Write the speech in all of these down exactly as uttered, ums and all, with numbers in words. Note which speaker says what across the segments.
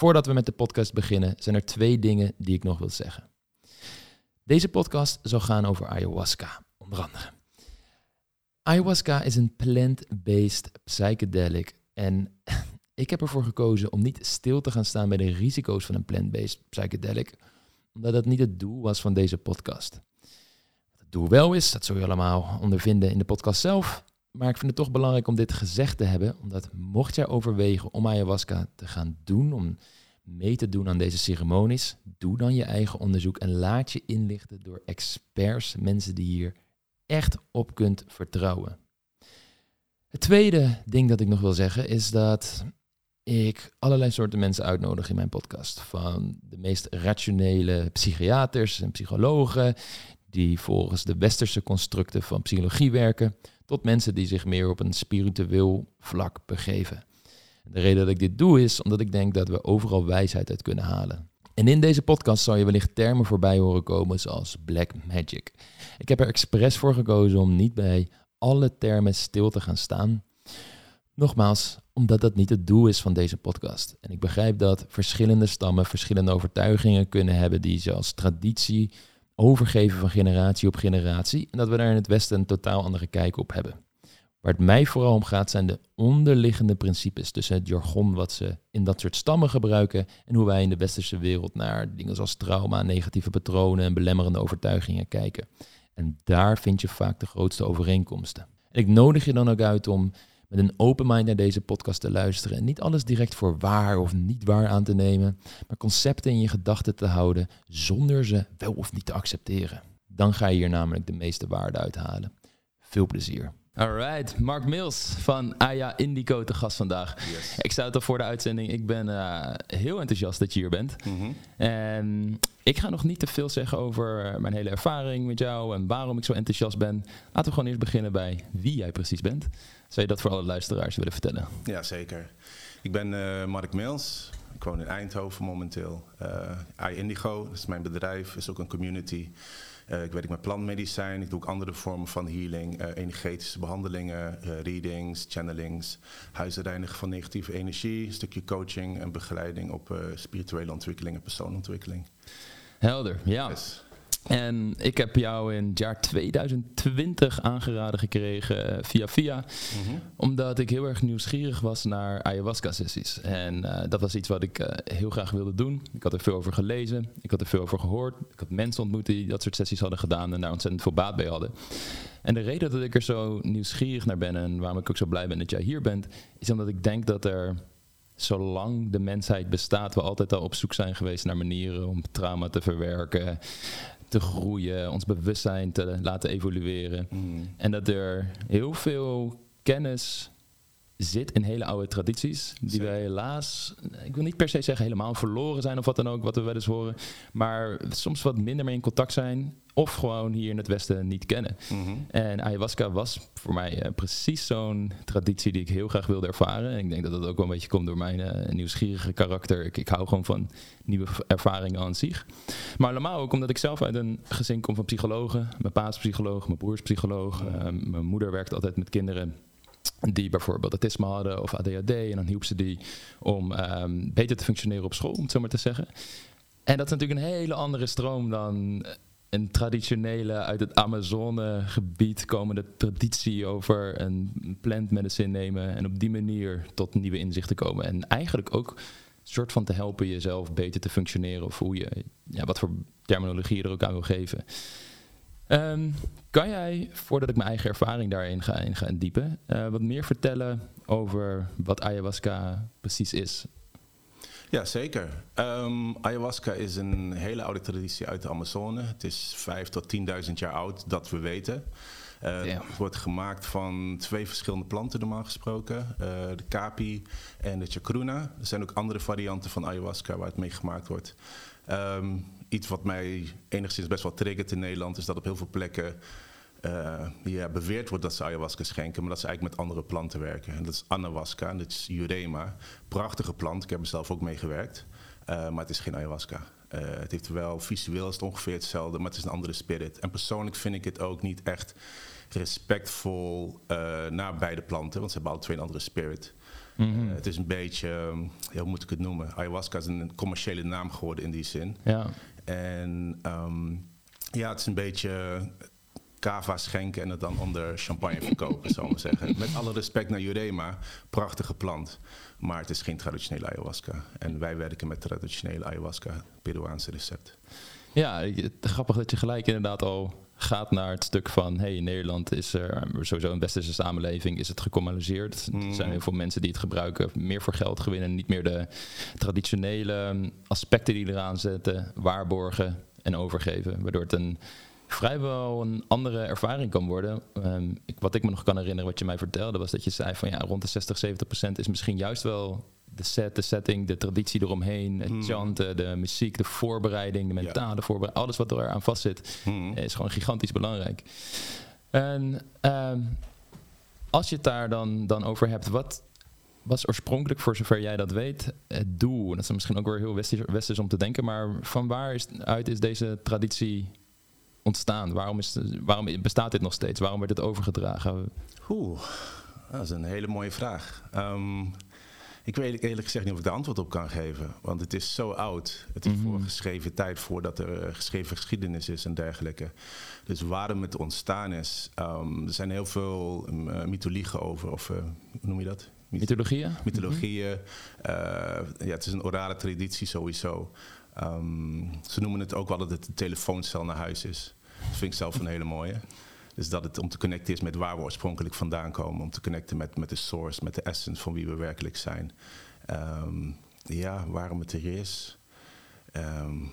Speaker 1: Voordat we met de podcast beginnen, zijn er twee dingen die ik nog wil zeggen. Deze podcast zal gaan over ayahuasca, onder andere. Ayahuasca is een plant-based psychedelic en ik heb ervoor gekozen om niet stil te gaan staan bij de risico's van een plant-based psychedelic, omdat dat niet het doel was van deze podcast. Wat het doel wel is, dat zul je allemaal ondervinden in de podcast zelf, maar ik vind het toch belangrijk om dit gezegd te hebben, omdat mocht jij overwegen om ayahuasca te gaan doen, om mee te doen aan deze ceremonies, doe dan je eigen onderzoek en laat je inlichten door experts, mensen die hier echt op kunt vertrouwen. Het tweede ding dat ik nog wil zeggen is dat ik allerlei soorten mensen uitnodig in mijn podcast. Van de meest rationele psychiaters en psychologen die volgens de westerse constructen van psychologie werken, tot mensen die zich meer op een spiritueel vlak begeven. De reden dat ik dit doe is omdat ik denk dat we overal wijsheid uit kunnen halen. En in deze podcast zal je wellicht termen voorbij horen komen zoals black magic. Ik heb er expres voor gekozen om niet bij alle termen stil te gaan staan. Nogmaals, omdat dat niet het doel is van deze podcast. En ik begrijp dat verschillende stammen verschillende overtuigingen kunnen hebben die ze als traditie overgeven van generatie op generatie. En dat we daar in het Westen een totaal andere kijk op hebben. Waar het mij vooral om gaat zijn de onderliggende principes tussen het jargon wat ze in dat soort stammen gebruiken en hoe wij in de westerse wereld naar dingen zoals trauma, negatieve patronen en belemmerende overtuigingen kijken. En daar vind je vaak de grootste overeenkomsten. En ik nodig je dan ook uit om met een open mind naar deze podcast te luisteren en niet alles direct voor waar of niet waar aan te nemen, maar concepten in je gedachten te houden zonder ze wel of niet te accepteren. Dan ga je hier namelijk de meeste waarde uithalen. Veel plezier.
Speaker 2: Alright, Mark Mills van Aya Indigo te gast vandaag.
Speaker 3: Yes.
Speaker 2: Ik zei het al voor de uitzending, ik ben uh, heel enthousiast dat je hier bent.
Speaker 3: Mm-hmm.
Speaker 2: En ik ga nog niet te veel zeggen over mijn hele ervaring met jou en waarom ik zo enthousiast ben. Laten we gewoon eerst beginnen bij wie jij precies bent. Zou je dat voor alle luisteraars willen vertellen?
Speaker 3: Ja, zeker. Ik ben uh, Mark Mills. Ik woon in Eindhoven momenteel. Uh, Aya Indigo, dat is mijn bedrijf, is ook een community. Uh, ik werk met plantmedicijn, ik doe ook andere vormen van healing, uh, energetische behandelingen, uh, readings, channelings, huisreinigen van negatieve energie, een stukje coaching en begeleiding op uh, spirituele ontwikkeling en persoonlijkontwikkeling.
Speaker 2: Helder, ja.
Speaker 3: Yes.
Speaker 2: En ik heb jou in het jaar tweeduizend twintig aangeraden gekregen via via,
Speaker 3: Mm-hmm.
Speaker 2: omdat ik heel erg nieuwsgierig was naar ayahuasca-sessies. En uh, dat was iets wat ik uh, heel graag wilde doen. Ik had er veel over gelezen, ik had er veel over gehoord. Ik had mensen ontmoet die dat soort sessies hadden gedaan en daar ontzettend veel baat bij hadden. En de reden dat ik er zo nieuwsgierig naar ben en waarom ik ook zo blij ben dat jij hier bent, is omdat ik denk dat er, zolang de mensheid bestaat, we altijd al op zoek zijn geweest naar manieren om trauma te verwerken, te groeien, ons bewustzijn te laten evolueren.
Speaker 3: Mm.
Speaker 2: En dat er heel veel kennis zit in hele oude tradities, die
Speaker 3: Zeker.
Speaker 2: wij helaas, ik wil niet per se zeggen helemaal verloren zijn of wat dan ook, wat we wel eens horen, maar soms wat minder mee in contact zijn of gewoon hier in het Westen niet kennen.
Speaker 3: Mm-hmm.
Speaker 2: En ayahuasca was voor mij uh, precies zo'n traditie die ik heel graag wilde ervaren. En ik denk dat dat ook wel een beetje komt door mijn uh, nieuwsgierige karakter. Ik, ik hou gewoon van nieuwe ervaringen aan zich. Maar helemaal ook omdat ik zelf uit een gezin kom van psychologen. Mijn pa is psycholoog, mijn broer is psycholoog. Uh, mijn moeder werkt altijd met kinderen die bijvoorbeeld autisme hadden of A D H D. En dan hielp ze die om um, beter te functioneren op school, om het zo maar te zeggen. En dat is natuurlijk een hele andere stroom dan een traditionele, uit het Amazonegebied komende traditie over een plant medicine nemen en op die manier tot nieuwe inzichten komen. En eigenlijk ook een soort van te helpen jezelf beter te functioneren of hoe je, ja, wat voor terminologie je er ook aan wil geven. Um, kan jij, voordat ik mijn eigen ervaring daarin ga, in ga indiepen, uh, wat meer vertellen over wat ayahuasca precies is?
Speaker 3: Ja, zeker. Um, ayahuasca is een hele oude traditie uit de Amazone. Het is vijf tot tienduizend jaar oud, dat we weten. Uh,
Speaker 2: Ja.
Speaker 3: Het wordt gemaakt van twee verschillende planten, normaal gesproken. Uh, de kapi en de chacruna. Er zijn ook andere varianten van ayahuasca waar het mee gemaakt wordt. Um, iets wat mij enigszins best wel triggert in Nederland is dat op heel veel plekken Uh, ja, beweerd wordt dat ze ayahuasca schenken, maar dat ze eigenlijk met andere planten werken. En dat is anahuasca en dat is jurema. Prachtige plant, ik heb er zelf ook mee gewerkt. Uh, maar het is geen ayahuasca. Uh, het heeft wel visueel is het ongeveer hetzelfde, maar het is een andere spirit. En persoonlijk vind ik het ook niet echt respectvol uh, naar beide planten, want ze hebben alle twee een andere spirit.
Speaker 2: Mm-hmm.
Speaker 3: Uh, het is een beetje, um, ja, hoe moet ik het noemen? Ayahuasca is een commerciële naam geworden in die zin.
Speaker 2: Ja.
Speaker 3: En um, ja, het is een beetje kava schenken en het dan onder champagne verkopen, zou ik maar zeggen. Met alle respect naar Jurema, prachtige plant. Maar het is geen traditionele ayahuasca. En wij werken met traditionele ayahuasca, Peruaanse recept.
Speaker 2: Ja, het, grappig dat je gelijk inderdaad al gaat naar het stuk van... hey, in Nederland is er sowieso een westerse samenleving, is het gecommercialiseerd. Mm. Er zijn heel veel mensen die het gebruiken, meer voor geld gewinnen... niet meer de traditionele aspecten die eraan zetten, waarborgen en overgeven. Waardoor het een vrijwel een andere ervaring kan worden. Um, ik, wat ik me nog kan herinneren, wat je mij vertelde... was dat je zei van ja, rond de zestig, zeventig procent is misschien juist wel... de set, de setting, de traditie eromheen, het mm. chanten, de muziek, de voorbereiding, de mentale ja. voorbereiding, alles wat er aan vast zit, mm. is gewoon gigantisch belangrijk. En um, als je het daar dan, dan over hebt, wat was oorspronkelijk, voor zover jij dat weet, het doel? Dat is misschien ook weer heel westers, westers om te denken, maar van waar is, uit is deze traditie ontstaan? Waarom, is, waarom bestaat dit nog steeds? Waarom werd het overgedragen?
Speaker 3: Oeh, dat is een hele mooie vraag. Um, Ik weet eerlijk gezegd niet of ik daar antwoord op kan geven. Want het is zo oud. Het is mm-hmm. voor geschreven tijd voordat er uh, geschreven geschiedenis is en dergelijke. Dus waarom het ontstaan is. Um, er zijn heel veel uh, mythologieën over. Of uh, hoe noem je dat?
Speaker 2: Mythologieën?
Speaker 3: Mythologieën. Mm-hmm. Uh, ja, het is een orale traditie sowieso. Um, ze noemen het ook wel dat het een telefooncel naar huis is. Dat vind ik zelf een hele mooie. Dus dat het om te connecten is met waar we oorspronkelijk vandaan komen. Om te connecten met, met de source, met de essence van wie we werkelijk zijn. Um, ja, waarom het er is. Um,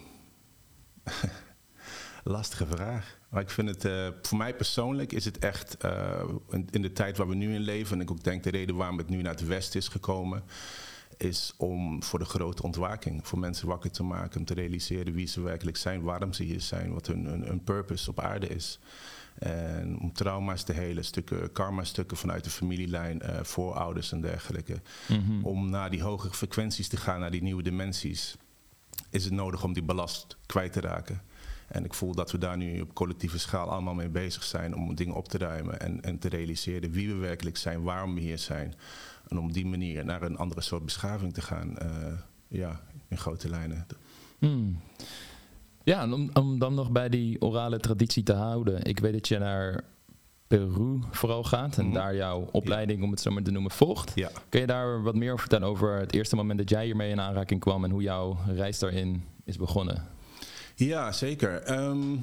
Speaker 3: lastige vraag. Maar ik vind het, uh, voor mij persoonlijk is het echt uh, in, in de tijd waar we nu in leven. En ik ook denk de reden waarom het nu naar het westen is gekomen. Is om voor de grote ontwaking. Voor mensen wakker te maken. Om te realiseren wie ze werkelijk zijn. Waarom ze hier zijn. Wat hun, hun, hun purpose op aarde is. En om trauma's te helen, stukken, karma-stukken vanuit de familielijn, uh, voorouders en dergelijke. Mm-hmm. Om naar die hogere frequenties te gaan, naar die nieuwe dimensies, is het nodig om die ballast kwijt te raken. En ik voel dat we daar nu op collectieve schaal allemaal mee bezig zijn om dingen op te ruimen en, en te realiseren wie we werkelijk zijn, waarom we hier zijn. En om die manier naar een andere soort beschaving te gaan, uh, ja, in grote lijnen.
Speaker 2: Mm. Ja, en om, om dan nog bij die orale traditie te houden. Ik weet dat je naar Peru vooral gaat en mm-hmm. daar jouw opleiding, ja. om het zo maar te noemen, volgt. Ja. Kun je daar wat meer over vertellen over het eerste moment dat jij hiermee in aanraking kwam en hoe jouw reis daarin is begonnen?
Speaker 3: Ja, zeker. Um,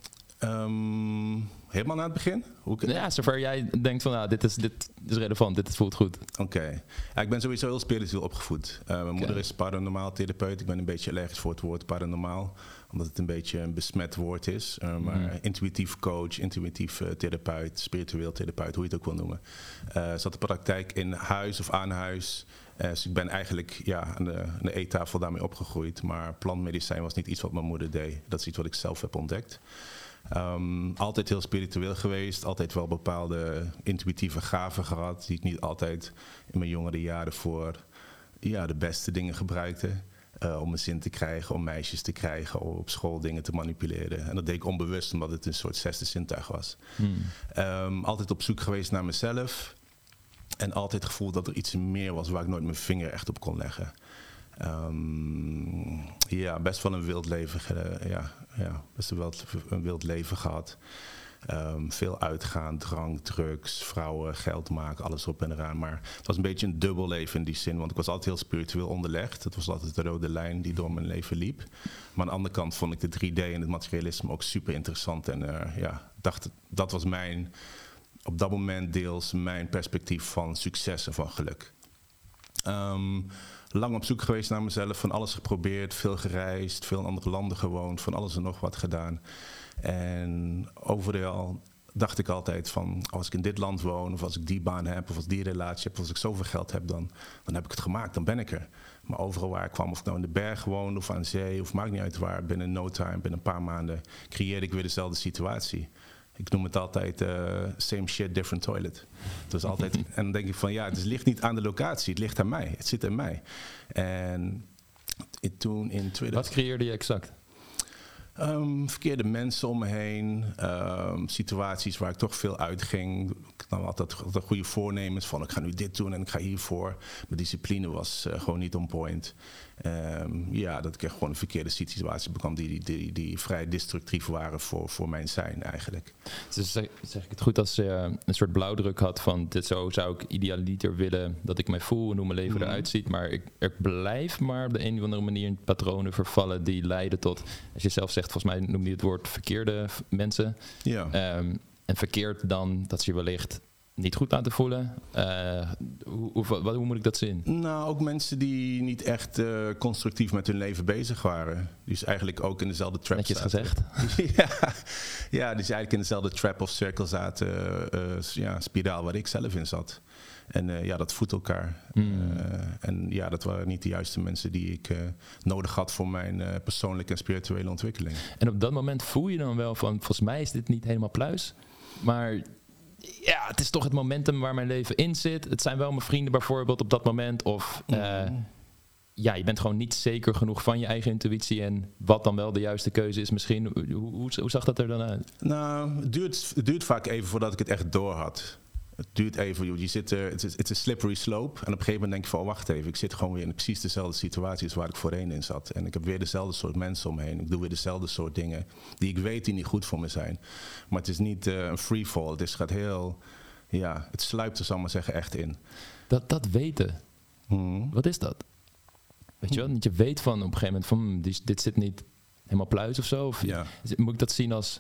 Speaker 3: um, helemaal naar het begin? Hoe ik...
Speaker 2: Ja, zover jij denkt van nou, dit is, dit is relevant, dit voelt goed.
Speaker 3: Oké. Okay. Ja, ik ben sowieso heel spiritueel opgevoed. Uh, mijn okay. moeder is paranormaal therapeut. Ik ben een beetje allergisch voor het woord paranormaal. Omdat het een beetje een besmet woord is. Uh, maar mm. intuïtief coach, intuïtief uh, therapeut, spiritueel therapeut, hoe je het ook wil noemen. Uh, zat de praktijk in huis of aan huis. Uh, dus ik ben eigenlijk ja, aan, de, aan de eettafel daarmee opgegroeid. Maar plantmedicijn was niet iets wat mijn moeder deed. Dat is iets wat ik zelf heb ontdekt. Um, altijd heel spiritueel geweest. Altijd wel bepaalde intuïtieve gaven gehad. Die ik niet altijd in mijn jongere jaren voor ja, de beste dingen gebruikte. Uh, om een zin te krijgen, om meisjes te krijgen, om op school dingen te manipuleren. En dat deed ik onbewust, omdat het een soort zesde zintuig was. Hmm. Um, altijd op zoek geweest naar mezelf. En altijd het gevoel dat er iets meer was waar ik nooit mijn vinger echt op kon leggen. Um, ja, best wel een wild leven, uh, ja, ja, best wel een wild leven gehad. Um, veel uitgaan, drank, drugs, vrouwen, geld maken, alles op en eraan. Maar het was een beetje een dubbel leven in die zin. Want ik was altijd heel spiritueel onderlegd. Het was altijd de rode lijn die door mijn leven liep. Maar aan de andere kant vond ik de drie D en het materialisme ook super interessant. En uh, ja, dacht, dat was mijn, op dat moment deels mijn perspectief van succes en van geluk. Um, lang op zoek geweest naar mezelf, van alles geprobeerd, veel gereisd, veel in andere landen gewoond, van alles en nog wat gedaan. En overal dacht ik altijd van, als ik in dit land woon, of als ik die baan heb, of als ik die relatie heb, of als ik zoveel geld heb, dan, dan heb ik het gemaakt, dan ben ik er. Maar overal waar ik kwam, of ik nou in de berg woonde, of aan zee, of maakt niet uit waar, binnen no time, binnen een paar maanden, creëerde ik weer dezelfde situatie. Ik noem het altijd uh, same shit, different toilet. Dus altijd, en dan denk ik van ja, het ligt niet aan de locatie, het ligt aan mij. Het zit in mij. En toen in tweeduizend...
Speaker 2: Wat creëerde je exact?
Speaker 3: Um, verkeerde mensen om me heen, um, situaties waar ik toch veel uitging. Ik nam altijd, altijd goede voornemens van ik ga nu dit doen en ik ga hiervoor. Mijn discipline was uh, gewoon niet on point. Um, ja, dat ik echt gewoon een verkeerde situaties bekwam die, die, die, die vrij destructief waren voor, voor mijn zijn eigenlijk.
Speaker 2: Dus zeg, zeg ik het goed als je uh, een soort blauwdruk had van dit zo zou ik idealiter willen dat ik mij voel en hoe mijn leven mm. eruit ziet. Maar ik, ik blijf maar op de een of andere manier in patronen vervallen die leiden tot, als je zelf zegt, volgens mij noem je het woord verkeerde mensen.
Speaker 3: Ja.
Speaker 2: Um, en verkeerd dan dat ze je wellicht niet goed laten voelen. Uh, hoe, hoe, wat, hoe moet ik dat zien?
Speaker 3: Nou, ook mensen die niet echt uh, constructief met hun leven bezig waren. Dus eigenlijk ook in dezelfde trap
Speaker 2: Netjes
Speaker 3: zaten.
Speaker 2: gezegd.
Speaker 3: ja, ja, dus eigenlijk in dezelfde trap of cirkel zaten. Uh, uh, ja, spiraal waar ik zelf in zat. En uh, ja, dat voedt elkaar. Mm. Uh, en ja, dat waren niet de juiste mensen die ik uh, nodig had voor mijn uh, persoonlijke en spirituele ontwikkeling.
Speaker 2: En op dat moment voel je dan wel van, volgens mij is dit niet helemaal pluis. Maar ja, het is toch het momentum waar mijn leven in zit. Het zijn wel mijn vrienden bijvoorbeeld op dat moment. Of uh, mm. ja, je bent gewoon niet zeker genoeg van je eigen intuïtie. En wat dan wel de juiste keuze is misschien. Hoe, hoe, hoe zag dat er dan uit?
Speaker 3: Nou, het duurt, het duurt vaak even voordat ik het echt door had. Het duurt even, je zit er, het is, het is een slippery slope. En op een gegeven moment denk je van, oh, wacht even, ik zit gewoon weer in precies dezelfde situaties waar ik voorheen in zat. En ik heb weer dezelfde soort mensen om me heen. Ik doe weer dezelfde soort dingen die ik weet die niet goed voor me zijn. Maar het is niet uh, een free fall. Het is, gaat heel, ja, het sluipt er, zal ik maar zeggen, echt in.
Speaker 2: Dat, dat weten, hmm. wat is dat? Weet je wel, dat je weet van op een gegeven moment van, dit, dit zit niet helemaal pluis of zo. Of ja. Moet ik dat zien als,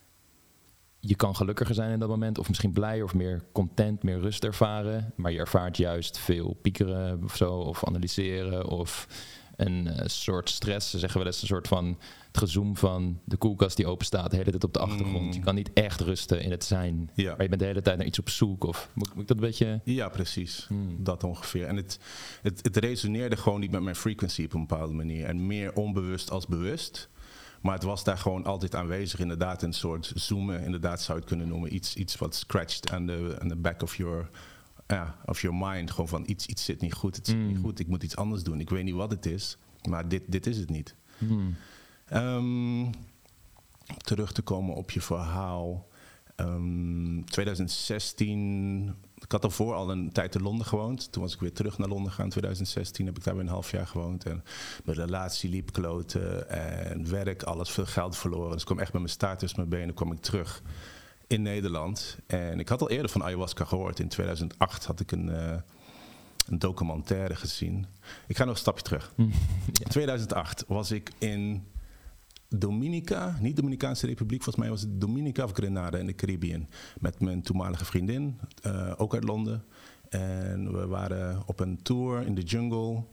Speaker 2: je kan gelukkiger zijn in dat moment, of misschien blijer of meer content, meer rust ervaren. Maar je ervaart juist veel piekeren of zo, of analyseren, of een uh, soort stress. Ze zeggen wel eens een soort van het gezoem van de koelkast die open staat, de hele tijd op de achtergrond. Mm. Je kan niet echt rusten in het zijn. Ja. Maar je bent de hele tijd naar iets op zoek. Of moet, moet ik dat een beetje...
Speaker 3: Ja, precies. Mm. Dat ongeveer. En het, het, het resoneerde gewoon niet met mijn frequency op een bepaalde manier. En meer onbewust als bewust. Maar het was daar gewoon altijd aanwezig, inderdaad, een soort zoomen, inderdaad zou je het kunnen noemen. Iets, iets wat scratched aan de, aan de back of your, ja, of your mind. Gewoon van iets, iets zit niet goed, het zit mm. niet goed, ik moet iets anders doen. Ik weet niet wat het is, maar dit, dit is het niet. Mm. Um, terug te komen op je verhaal. Um, twintig zestien... Ik had daarvoor al een tijd in Londen gewoond. Toen was ik weer terug naar Londen gegaan. In twintig zestien heb ik daar weer een half jaar gewoond. En mijn relatie liep kloten. En werk, alles, veel geld verloren. Dus ik kwam echt met mijn staart tussen mijn benen. kwam ik terug in Nederland. En ik had al eerder van ayahuasca gehoord. In tweeduizend acht had ik een, uh, een documentaire gezien. Ik ga nog een stapje terug. In ja. tweeduizend acht was ik in Dominica, niet Dominicaanse Republiek, volgens mij was het Dominica of Grenada in de Caribbean. Met mijn toenmalige vriendin, uh, ook uit Londen. En we waren op een tour in de jungle.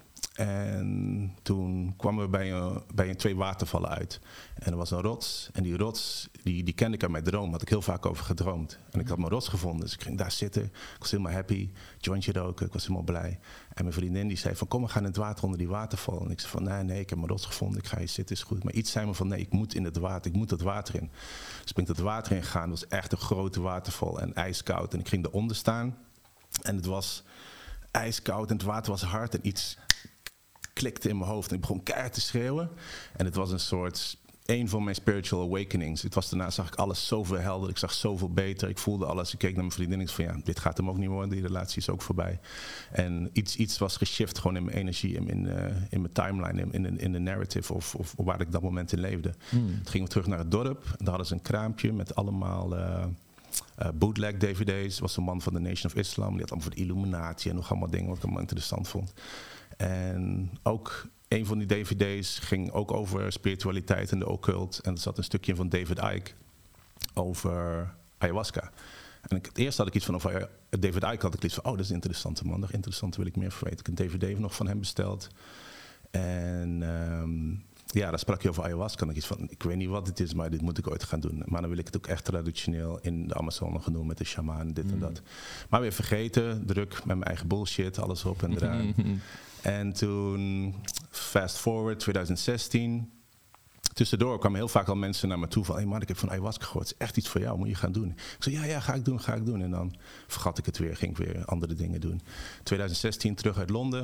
Speaker 3: En toen kwamen we bij, een, bij een twee watervallen uit. En er was een rots. En die rots, die, die kende ik uit mijn droom. Had ik heel vaak over gedroomd. En ik had mijn rots gevonden. Dus ik ging daar zitten. Ik was helemaal happy. Jointje roken. Ik was helemaal blij. En mijn vriendin die zei van, kom, we gaan in het water onder die waterval. En ik zei van, nee, nee, ik heb mijn rots gevonden. Ik ga hier zitten, is goed. Maar iets zei me van, nee, ik moet in het water. Ik moet het water in. Dus ben ik het water in gegaan. Het was echt een grote waterval en ijskoud. En ik ging eronder staan. En het was ijskoud en het water was hard. En iets klikte in mijn hoofd en ik begon keihard te schreeuwen. En het was een soort, een van mijn spiritual awakenings. Het was daarna, zag ik alles zoveel helder, ik zag zoveel beter. Ik voelde alles, ik keek naar mijn vriendin en ik van ja, dit gaat hem ook niet worden, die relatie is ook voorbij. En iets, iets was geshift gewoon in mijn energie, in, in, uh, in mijn timeline, in, in, in de narrative of, of waar ik dat moment in leefde. Hmm. Toen gingen we terug naar het dorp en daar hadden ze een kraampje met allemaal Uh, Uh, bootleg D V D's. Was een man van de Nation of Islam. Die had allemaal voor de Illuminati en nog allemaal dingen wat ik allemaal interessant vond. En ook een van die D V D's ging ook over spiritualiteit en de occult. En er zat een stukje in van David Icke over ayahuasca. En ik, het eerst had ik iets van over David Icke, had ik iets van, oh, dat is een interessante man. Nog interessant, wil ik meer van weten. Ik heb een D V D nog van hem besteld. En Um, ja, daar sprak je over ayahuasca. Ik iets van, ik weet niet wat het is, maar dit moet ik ooit gaan doen. Maar dan wil ik het ook echt traditioneel in de Amazone gaan doen met de shaman, dit mm. en dat. Maar weer vergeten, druk met mijn eigen bullshit, alles op en eraan. En toen, fast forward, twintig zestien. Tussendoor kwamen heel vaak al mensen naar me toe van, hé hey man, ik heb van ayahuasca gehoord, het is echt iets voor jou, moet je gaan doen. Ik zei, ja, ja, ga ik doen, ga ik doen. En dan vergat ik het weer, ging ik weer andere dingen doen. twintig zestien terug uit Londen.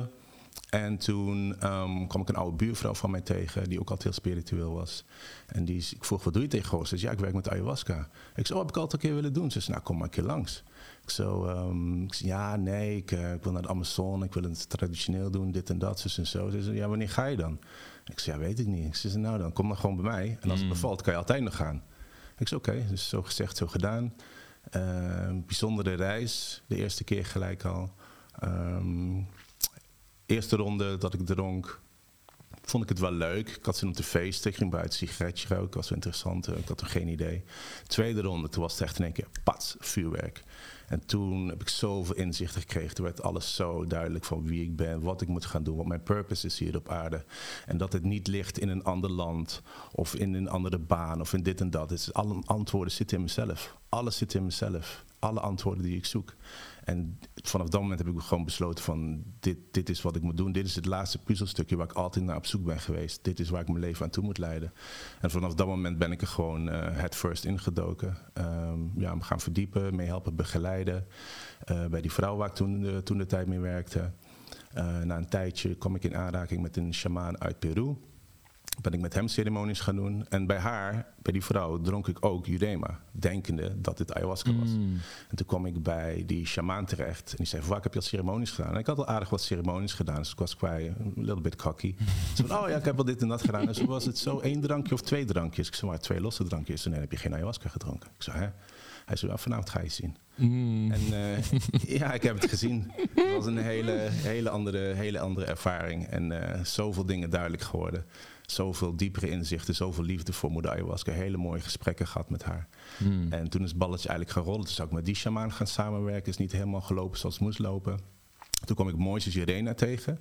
Speaker 3: En toen um, kwam ik een oude buurvrouw van mij tegen, die ook altijd heel spiritueel was. En die, ik vroeg, wat doe je tegenwoordig? Ze zei, ja, ik werk met ayahuasca. Ik zei, oh, heb ik altijd een keer willen doen? Ze zei, nou, kom maar een keer langs. Ik zo, um, ik zei, ja, nee, ik, uh, ik wil naar de Amazon, ik wil het traditioneel doen, dit en dat, zus en zo. Ze zei, ja, wanneer ga je dan? Ik zei, ja, weet ik niet. Ik zei, nou dan, kom dan gewoon bij mij. En als het bevalt, kan je altijd nog gaan. Ik zei, oké, okay. Dus zo gezegd, zo gedaan. Uh, bijzondere reis, de eerste keer gelijk al. Um, eerste ronde dat ik dronk, vond ik het wel leuk. Ik had zin om te feesten. Ik ging buiten een sigaretje roken. Dat was wel interessant. Ik had er geen idee. Tweede ronde, toen was het echt in één keer pats, vuurwerk. En toen heb ik zoveel inzichten gekregen. Toen werd alles zo duidelijk van wie ik ben, wat ik moet gaan doen, wat mijn purpose is hier op aarde. En dat het niet ligt in een ander land of in een andere baan of in dit en dat. Het is, alle antwoorden zitten in mezelf. Alles zit in mezelf. Alle antwoorden die ik zoek. En vanaf dat moment heb ik gewoon besloten van dit, dit is wat ik moet doen. Dit is het laatste puzzelstukje waar ik altijd naar op zoek ben geweest. Dit is waar ik mijn leven aan toe moet leiden. En vanaf dat moment ben ik er gewoon uh, head first ingedoken. Um, ja, me gaan verdiepen, mee helpen begeleiden. Uh, bij die vrouw waar ik toen de, toen de tijd mee werkte. Uh, na een tijdje kwam ik in aanraking met een sjamaan uit Peru. Ben ik met hem ceremonies gaan doen. En bij haar, bij die vrouw, dronk ik ook Jurema. Denkende dat dit ayahuasca was. Mm. En toen kwam ik bij die shamaan terecht. En die zei, vaak heb je al ceremonies gedaan? En ik had al aardig wat ceremonies gedaan. Dus ik was kwijt, een little bit cocky. Ze van, oh ja, ik heb wel dit en dat gedaan. En zo was het zo één drankje of twee drankjes. Ik zei, maar twee losse drankjes. En dan heb je geen ayahuasca gedronken. Ik zei, hè? Hij zei, nou, vanavond ga je zien. Mm. En uh, ja, ik heb het gezien. Het was een hele, hele, andere, hele andere ervaring. En uh, zoveel dingen duidelijk geworden. Zoveel diepere inzichten, zoveel liefde voor moeder ayahuasca. Hele mooie gesprekken gehad met haar. Mm. En toen is het balletje eigenlijk gaan rollen. Toen zou ik met die shamaan gaan samenwerken. Is niet helemaal gelopen zoals het moest lopen. Toen kwam ik Moises Irena tegen.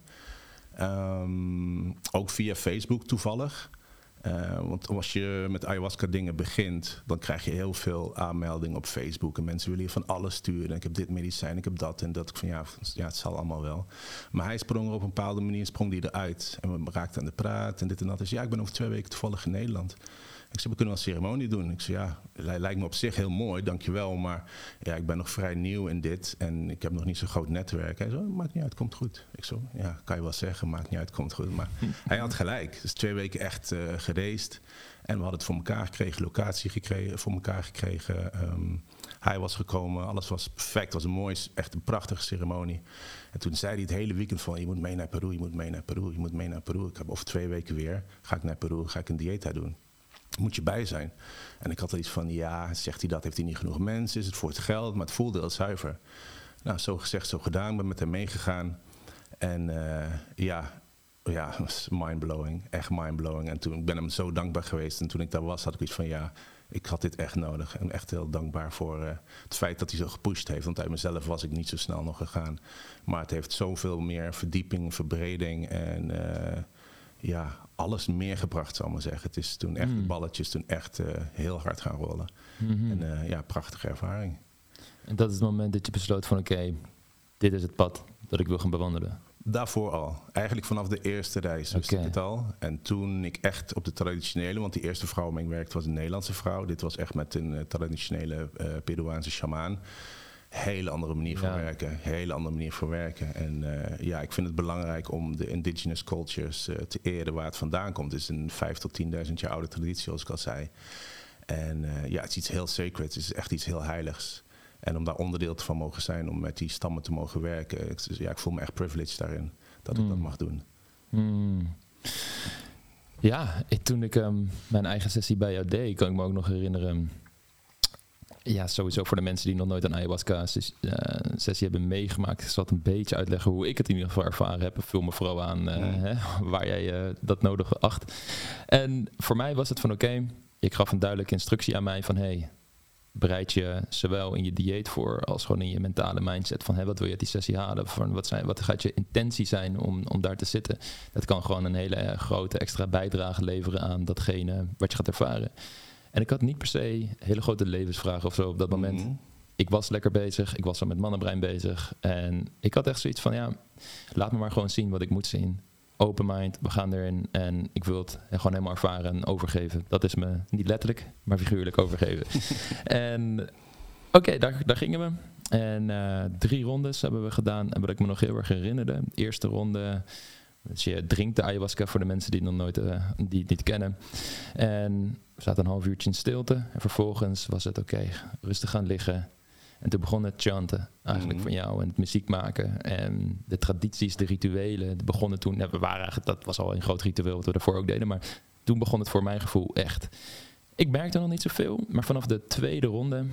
Speaker 3: Um, ook via Facebook toevallig. Uh, want als je met ayahuasca dingen begint, dan krijg je heel veel aanmeldingen op Facebook. En mensen willen je van alles sturen. Ik heb dit medicijn, ik heb dat en dat. Ik van ja, ja, het zal allemaal wel. Maar hij sprong er op een bepaalde manier, sprong die eruit. En we raakten aan de praat en dit en dat. Dus ja, ik ben over twee weken toevallig in Nederland. Ik zei, we kunnen wel een ceremonie doen. Ik zei, ja, het lijkt me op zich heel mooi, dankjewel. Maar ja, ik ben nog vrij nieuw in dit en ik heb nog niet zo'n groot netwerk. Hij zei, maakt niet uit, komt goed. Ik zo, ja, kan je wel zeggen, maakt niet uit, komt goed. Maar hij had gelijk. Dus twee weken echt uh, gereisd. En we hadden het voor elkaar gekregen, locatie gekregen, voor elkaar gekregen. Um, hij was gekomen, alles was perfect. Het was een mooi, echt een prachtige ceremonie. En toen zei hij het hele weekend van, je moet mee naar Peru, je moet mee naar Peru, je moet mee naar Peru. Ik heb over twee weken weer, ga ik naar Peru, ga ik een diëta doen. Moet je bij zijn. En ik had er iets van, ja, zegt hij dat, heeft hij niet genoeg mensen, is het voor het geld, maar het voelde heel zuiver. Nou, zo gezegd, zo gedaan, ik ben met hem meegegaan. En uh, ja, ja, het was mindblowing, echt mindblowing. En toen ik ben hem zo dankbaar geweest. En toen ik daar was, had ik iets van, ja, ik had dit echt nodig. En echt heel dankbaar voor uh, het feit dat hij zo gepusht heeft. Want uit mezelf was ik niet zo snel nog gegaan. Maar het heeft zoveel meer verdieping, verbreding en uh, ja, alles meer gebracht, zal ik maar zeggen. Het is toen echt, mm. de balletjes toen echt uh, heel hard gaan rollen. Mm-hmm. En uh, ja, prachtige ervaring.
Speaker 1: En dat is het moment dat je besloot van, oké, okay, dit is het pad dat ik wil gaan bewandelen.
Speaker 3: Daarvoor al. Eigenlijk vanaf de eerste reis wist okay. ik het al. En toen ik echt op de traditionele, want die eerste vrouw waarmee ik werkte was een Nederlandse vrouw. Dit was echt met een uh, traditionele uh, Peruaanse shamaan. Hele andere manier van ja. werken. Hele andere manier van werken. En uh, ja, ik vind het belangrijk om de indigenous cultures uh, te eren waar het vandaan komt. Het is een vijf tot tienduizend jaar oude traditie, zoals ik al zei. En uh, ja, het is iets heel sacred. Het is echt iets heel heiligs. En om daar onderdeel van mogen zijn, om met die stammen te mogen werken. Ik, ja, ik voel me echt privileged daarin, dat ik mm. dat mag doen.
Speaker 1: Mm. Ja, ik, toen ik um, mijn eigen sessie bij jou deed, kan ik me ook nog herinneren. Ja, sowieso voor de mensen die nog nooit een ayahuasca-sessie uh, hebben meegemaakt. Ik zal het een beetje uitleggen hoe ik het in ieder geval ervaren heb. Vul me vooral aan uh, mm. hè, waar jij uh, dat nodig acht. En voor mij was het van oké, okay, ik gaf een duidelijke instructie aan mij van hey, bereid je zowel in je dieet voor als gewoon in je mentale mindset van hey, wat wil je uit die sessie halen? Van wat, zijn, wat gaat je intentie zijn om, om daar te zitten? Dat kan gewoon een hele uh, grote extra bijdrage leveren aan datgene wat je gaat ervaren. En ik had niet per se hele grote levensvragen of zo op dat moment. Mm-hmm. Ik was lekker bezig, ik was al met mannenbrein bezig. En ik had echt zoiets van, ja, laat me maar gewoon zien wat ik moet zien. Open mind, we gaan erin en ik wil het gewoon helemaal ervaren en overgeven. Dat is me niet letterlijk, maar figuurlijk overgeven. En oké, okay, daar, daar gingen we.
Speaker 2: En uh, drie rondes hebben we gedaan. En wat ik me nog heel erg herinnerde. De eerste ronde, dus je drinkt de ayahuasca voor de mensen die het nog nooit uh, die het niet kennen. En we zaten een half uurtje in stilte. En vervolgens was het oké, okay, rustig gaan liggen. En toen begon het chanten eigenlijk mm-hmm. van jou en het muziek maken. En de tradities, de rituelen, die begonnen toen. Ja, we waren eigenlijk, dat was al een groot ritueel wat we daarvoor ook deden. Maar toen begon het voor mijn gevoel echt. Ik merkte nog niet zoveel, maar vanaf de tweede ronde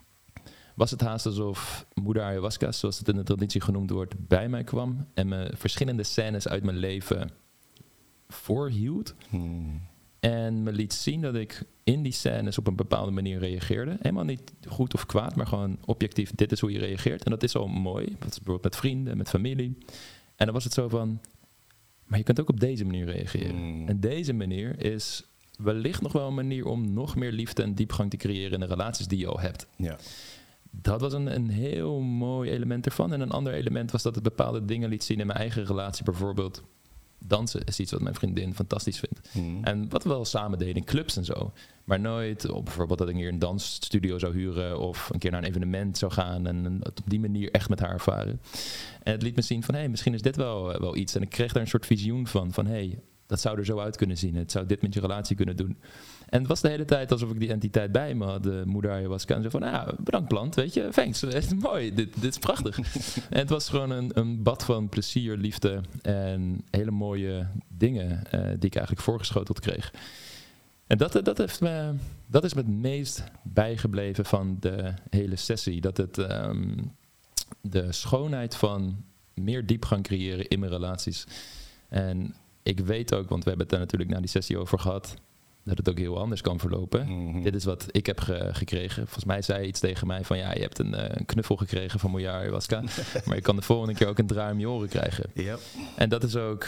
Speaker 2: was het haast alsof moeder ayahuasca, zoals het in de traditie genoemd wordt, bij mij kwam. En me verschillende scènes uit mijn leven voorhield. Hmm. En me liet zien dat ik in die scènes op een bepaalde manier reageerde. Helemaal niet goed of kwaad, maar gewoon objectief, dit is hoe je reageert. En dat is al mooi, bijvoorbeeld met vrienden, met familie. En dan was het zo van, maar je kunt ook op deze manier reageren. Mm. En deze manier is wellicht nog wel een manier om nog meer liefde en diepgang te creëren in de relaties die je al hebt. Ja. Dat was een, een heel mooi element ervan. En een ander element was dat het bepaalde dingen liet zien in mijn eigen relatie. Bijvoorbeeld dansen is iets wat mijn vriendin fantastisch vindt. Mm. En wat we wel samen deden in clubs en zo. Maar nooit op bijvoorbeeld dat ik hier een dansstudio zou huren of een keer naar een evenement zou gaan en het op die manier echt met haar ervaren. En het liet me zien van, hé, hey, misschien is dit wel, wel iets. En ik kreeg daar een soort visioen van, van hé, hey, dat zou er zo uit kunnen zien. Het zou dit met je relatie kunnen doen. En het was de hele tijd alsof ik die entiteit bij me had, de moeder ayahuasca. En zo van, nou, bedankt plant, weet je, thanks, het is mooi, dit, dit is prachtig. En het was gewoon een, een bad van plezier, liefde en hele mooie dingen uh, die ik eigenlijk voorgeschoteld kreeg. En dat, dat, heeft me, dat is me het meest bijgebleven van de hele sessie. Dat het um, de schoonheid van meer diepgang creëren in mijn relaties. En ik weet ook, want we hebben het daar natuurlijk na die sessie over gehad, dat het ook heel anders kan verlopen. Mm-hmm. Dit is wat ik heb ge- gekregen. Volgens mij zei hij iets tegen mij van, ja, je hebt een, uh, een knuffel gekregen van moeder ayahuasca, maar je kan de volgende keer ook een draai om je oren krijgen. Yep. En dat is ook,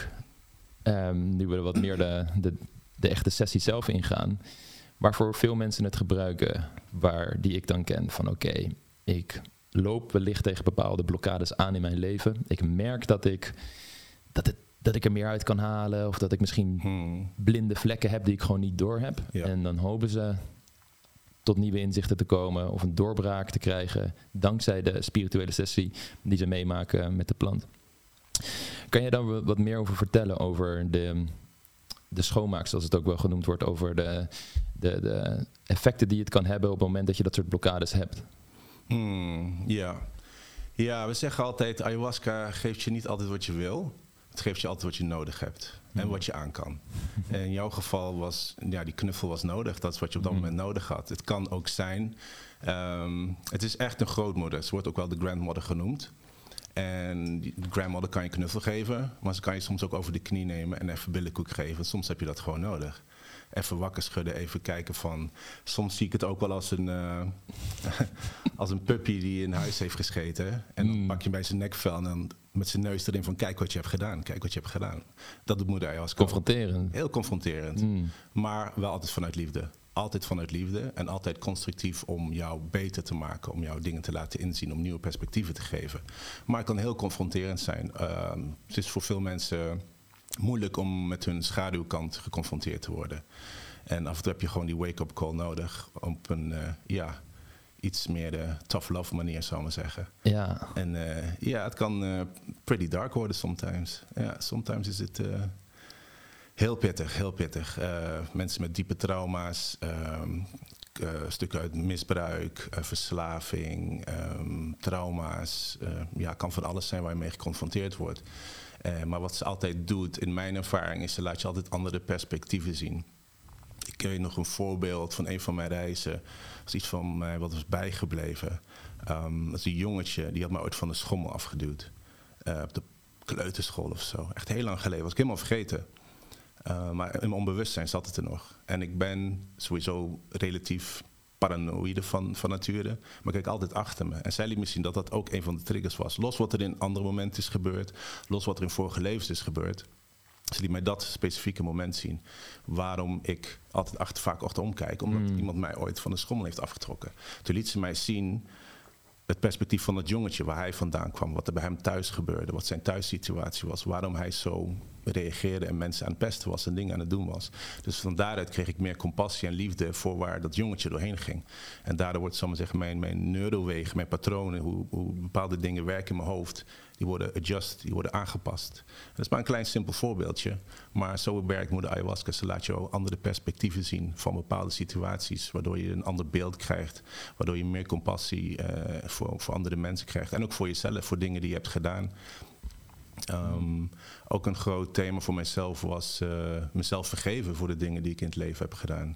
Speaker 2: um, nu we er wat meer de, de, de echte sessie zelf ingaan, waarvoor veel mensen het gebruiken, waar die ik dan ken van oké, okay, ik loop wellicht tegen bepaalde blokkades aan in mijn leven. Ik merk dat ik, dat het dat ik er meer uit kan halen. Of dat ik misschien hmm. blinde vlekken heb die ik gewoon niet door heb. Ja. En dan hopen ze tot nieuwe inzichten te komen. Of een doorbraak te krijgen. Dankzij de spirituele sessie die ze meemaken met de plant. Kan je daar wat meer over vertellen? Over de, de schoonmaak, zoals het ook wel genoemd wordt. Over de, de, de effecten die het kan hebben op het moment dat je dat soort blokkades hebt.
Speaker 3: Hmm, ja. ja, we zeggen altijd, ayahuasca geeft je niet altijd wat je wil. Het geeft je altijd wat je nodig hebt en wat je aan kan. En in jouw geval was, ja, die knuffel was nodig. Dat is wat je op dat moment nodig had. Het kan ook zijn, um, het is echt een grootmoeder. Ze wordt ook wel de grandmother genoemd. En de grandmother kan je knuffel geven, maar ze kan je soms ook over de knie nemen en even billenkoek geven. Soms heb je dat gewoon nodig. Even wakker schudden, even kijken van. Soms zie ik het ook wel als een, uh, als een puppy die in huis heeft gescheten. En dan mm. pak je bij zijn nekvel en dan met zijn neus erin van kijk wat je hebt gedaan, kijk wat je hebt gedaan. Dat doet moeder ayahuasca.
Speaker 2: Confronterend.
Speaker 3: Heel confronterend. Mm. Maar wel altijd vanuit liefde. Altijd vanuit liefde en altijd constructief om jou beter te maken, om jou dingen te laten inzien, om nieuwe perspectieven te geven. Maar het kan heel confronterend zijn. Uh, het is voor veel mensen moeilijk om met hun schaduwkant geconfronteerd te worden. En af en toe heb je gewoon die wake-up call nodig op een, uh, ja, iets meer de tough love manier, zou ik maar zeggen. Ja. En uh, ja, het kan uh, pretty dark worden sometimes. Ja, sometimes is het uh, heel pittig, heel pittig. Uh, mensen met diepe trauma's, um, uh, stukken uit misbruik, uh, verslaving, um, trauma's. Uh, ja, kan van alles zijn waar je mee geconfronteerd wordt. Uh, maar wat ze altijd doet, in mijn ervaring, is ze laat je altijd andere perspectieven zien. Ik weet nog een voorbeeld van een van mijn reizen. Dat is iets van mij wat was bijgebleven. Um, dat is een jongetje, die had mij ooit van de schommel afgeduwd. Uh, op de kleuterschool of zo. Echt heel lang geleden, was ik helemaal vergeten. Uh, maar in mijn onbewustzijn zat het er nog. En ik ben sowieso relatief paranoïde van, van nature. Maar ik kijk altijd achter me. En zij liet me zien dat dat ook een van de triggers was. Los wat er in andere momenten is gebeurd. Los wat er in vorige levens is gebeurd. Ze liet mij dat specifieke moment zien. Waarom ik altijd achter, vaak achterom kijk. Omdat mm. iemand mij ooit van de schommel heeft afgetrokken. Toen liet ze mij zien het perspectief van dat jongetje, waar hij vandaan kwam, wat er bij hem thuis gebeurde, wat zijn thuissituatie was, waarom hij zo reageerde en mensen aan het pesten was en dingen aan het doen was. Dus van daaruit kreeg ik meer compassie en liefde voor waar dat jongetje doorheen ging. En daardoor wordt, zal ik maar zeggen, mijn, mijn neurowegen, mijn patronen, hoe, hoe bepaalde dingen werken in mijn hoofd, die worden adjust, die worden aangepast. Dat is maar een klein simpel voorbeeldje, maar zo werkt moeder ayahuasca. Ze laat jou andere perspectieven zien van bepaalde situaties, waardoor je een ander beeld krijgt, waardoor je meer compassie uh, voor, voor andere mensen krijgt. En ook voor jezelf, voor dingen die je hebt gedaan. Um, ook een groot thema voor mijzelf was uh, mezelf vergeven voor de dingen die ik in het leven heb gedaan.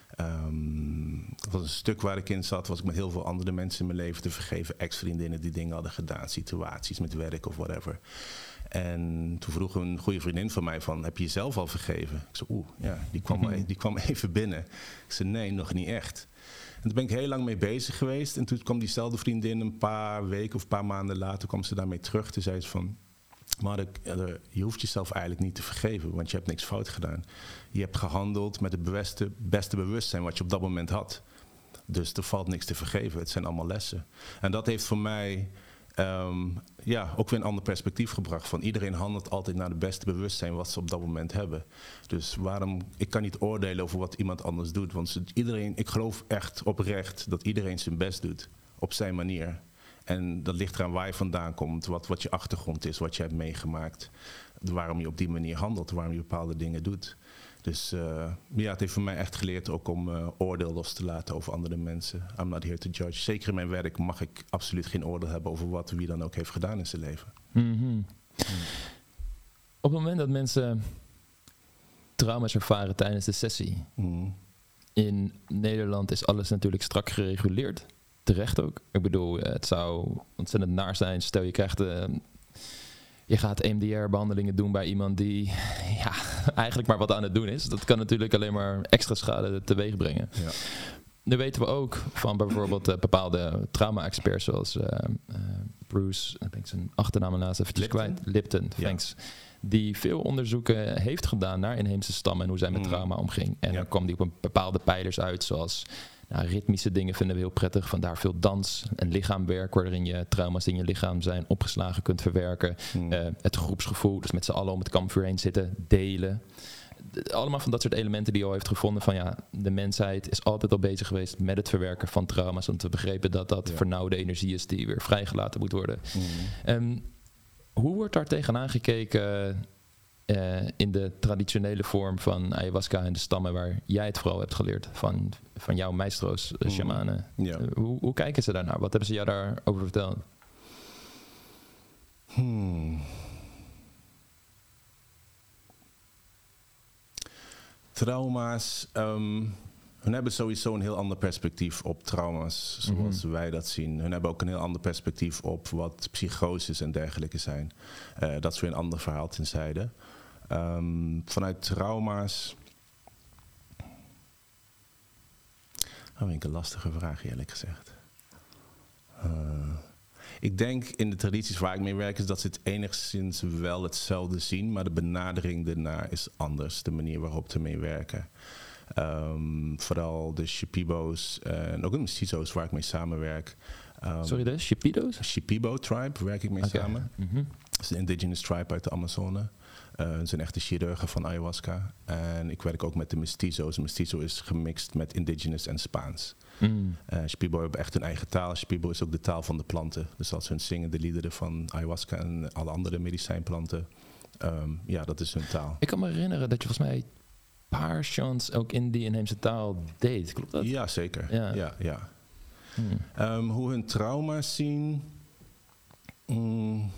Speaker 3: Um, dat was een stuk waar ik in zat, was ik met heel veel andere mensen in mijn leven te vergeven. Ex-vriendinnen die dingen hadden gedaan, situaties met werk of whatever. En toen vroeg een goede vriendin van mij van, heb je jezelf al vergeven? Ik zei, oeh, ja, die kwam, mm-hmm. die kwam even binnen. Ik zei, nee, nog niet echt. En toen ben ik heel lang mee bezig geweest. En toen kwam diezelfde vriendin een paar weken of een paar maanden later, kwam ze daarmee terug. Toen zei ze van, maar je hoeft jezelf eigenlijk niet te vergeven, want je hebt niks fout gedaan. Je hebt gehandeld met het beste, beste bewustzijn wat je op dat moment had. Dus er valt niks te vergeven. Het zijn allemaal lessen. En dat heeft voor mij um, ja, ook weer een ander perspectief gebracht. Van iedereen handelt altijd naar het beste bewustzijn wat ze op dat moment hebben. Dus waarom, ik kan niet oordelen over wat iemand anders doet. Want iedereen, ik geloof echt oprecht dat iedereen zijn best doet op zijn manier. En dat ligt eraan waar je vandaan komt, wat, wat je achtergrond is, wat je hebt meegemaakt. Waarom je op die manier handelt, waarom je bepaalde dingen doet. Dus uh, ja, het heeft voor mij echt geleerd ook om uh, oordeel los te laten over andere mensen. I'm not here to judge. Zeker in mijn werk mag ik absoluut geen oordeel hebben over wat wie dan ook heeft gedaan in zijn leven.
Speaker 1: Mm-hmm. Mm. Op het moment dat mensen trauma's ervaren tijdens de sessie. Mm. In Nederland is alles natuurlijk strak gereguleerd. Terecht ook. Ik bedoel, het zou ontzettend naar zijn. Stel je krijgt... Uh, je gaat E M D R-behandelingen doen bij iemand die ja, eigenlijk maar wat aan het doen is. Dat kan natuurlijk alleen maar extra schade teweeg brengen. Ja. Nu weten we ook van bijvoorbeeld uh, bepaalde trauma-experts zoals uh, uh, Bruce, ik denk zijn achternaam naast even kwijt, Lipton, thanks. Ja. Die veel onderzoeken heeft gedaan naar inheemse stammen en hoe zij met mm. trauma omging. En ja. dan kwam die op een bepaalde pijlers uit, zoals nou, ritmische dingen vinden we heel prettig. Vandaar veel dans en lichaamwerk, waarin je trauma's in je lichaam zijn opgeslagen kunt verwerken. Mm. Uh, het groepsgevoel, dus met z'n allen om het kampvuur heen zitten, delen. Allemaal van dat soort elementen die je al heeft gevonden van ja, de mensheid is altijd al bezig geweest met het verwerken van trauma's. Want we begrepen dat dat ja. vernauwde energie is die weer vrijgelaten moet worden. Mm. Um, hoe wordt daar tegenaan gekeken uh, in de traditionele vorm van ayahuasca en de stammen waar jij het vooral hebt geleerd van, van jouw maestro's, uh, shamanen? Mm. Ja. Uh, hoe, hoe kijken ze daarnaar? Wat hebben ze jou daarover verteld?
Speaker 3: Hmm. Trauma's, um, hun hebben sowieso een heel ander perspectief op trauma's, zoals mm-hmm. wij dat zien. Hun hebben ook een heel ander perspectief op wat psychoses en dergelijke zijn. Uh, dat is weer een ander verhaal tenzijde. Um, vanuit trauma's... Dat vind ik een lastige vraag, eerlijk gezegd. Uh, Ik denk in de tradities waar ik mee werk is dat ze het enigszins wel hetzelfde zien, maar de benadering ernaar is anders, de manier waarop ze mee werken. Um, vooral de Shipibo's uh, en ook de Mestizos waar ik mee samenwerk. Um,
Speaker 1: Sorry, de Shipibo's?
Speaker 3: Shipibo tribe werk ik mee okay. samen. Mm-hmm. Dat is een indigenous tribe uit de Amazone. Uh, ze zijn echte chirurgen van ayahuasca. En ik werk ook met de Mestizo's. Mestizo is gemixt met indigenous en Spaans. Mm. Uh, Shipibo hebben echt hun eigen taal. Shipibo is ook de taal van de planten. Dus als hun zingen de liederen van ayahuasca en alle andere medicijnplanten. Um, ja, dat is hun taal.
Speaker 1: Ik kan me herinneren dat je volgens mij een paar chants ook in die inheemse taal deed. Klopt dat?
Speaker 3: Ja, zeker. Ja, ja. ja. Mm. Um, hoe hun trauma's zien... Mm.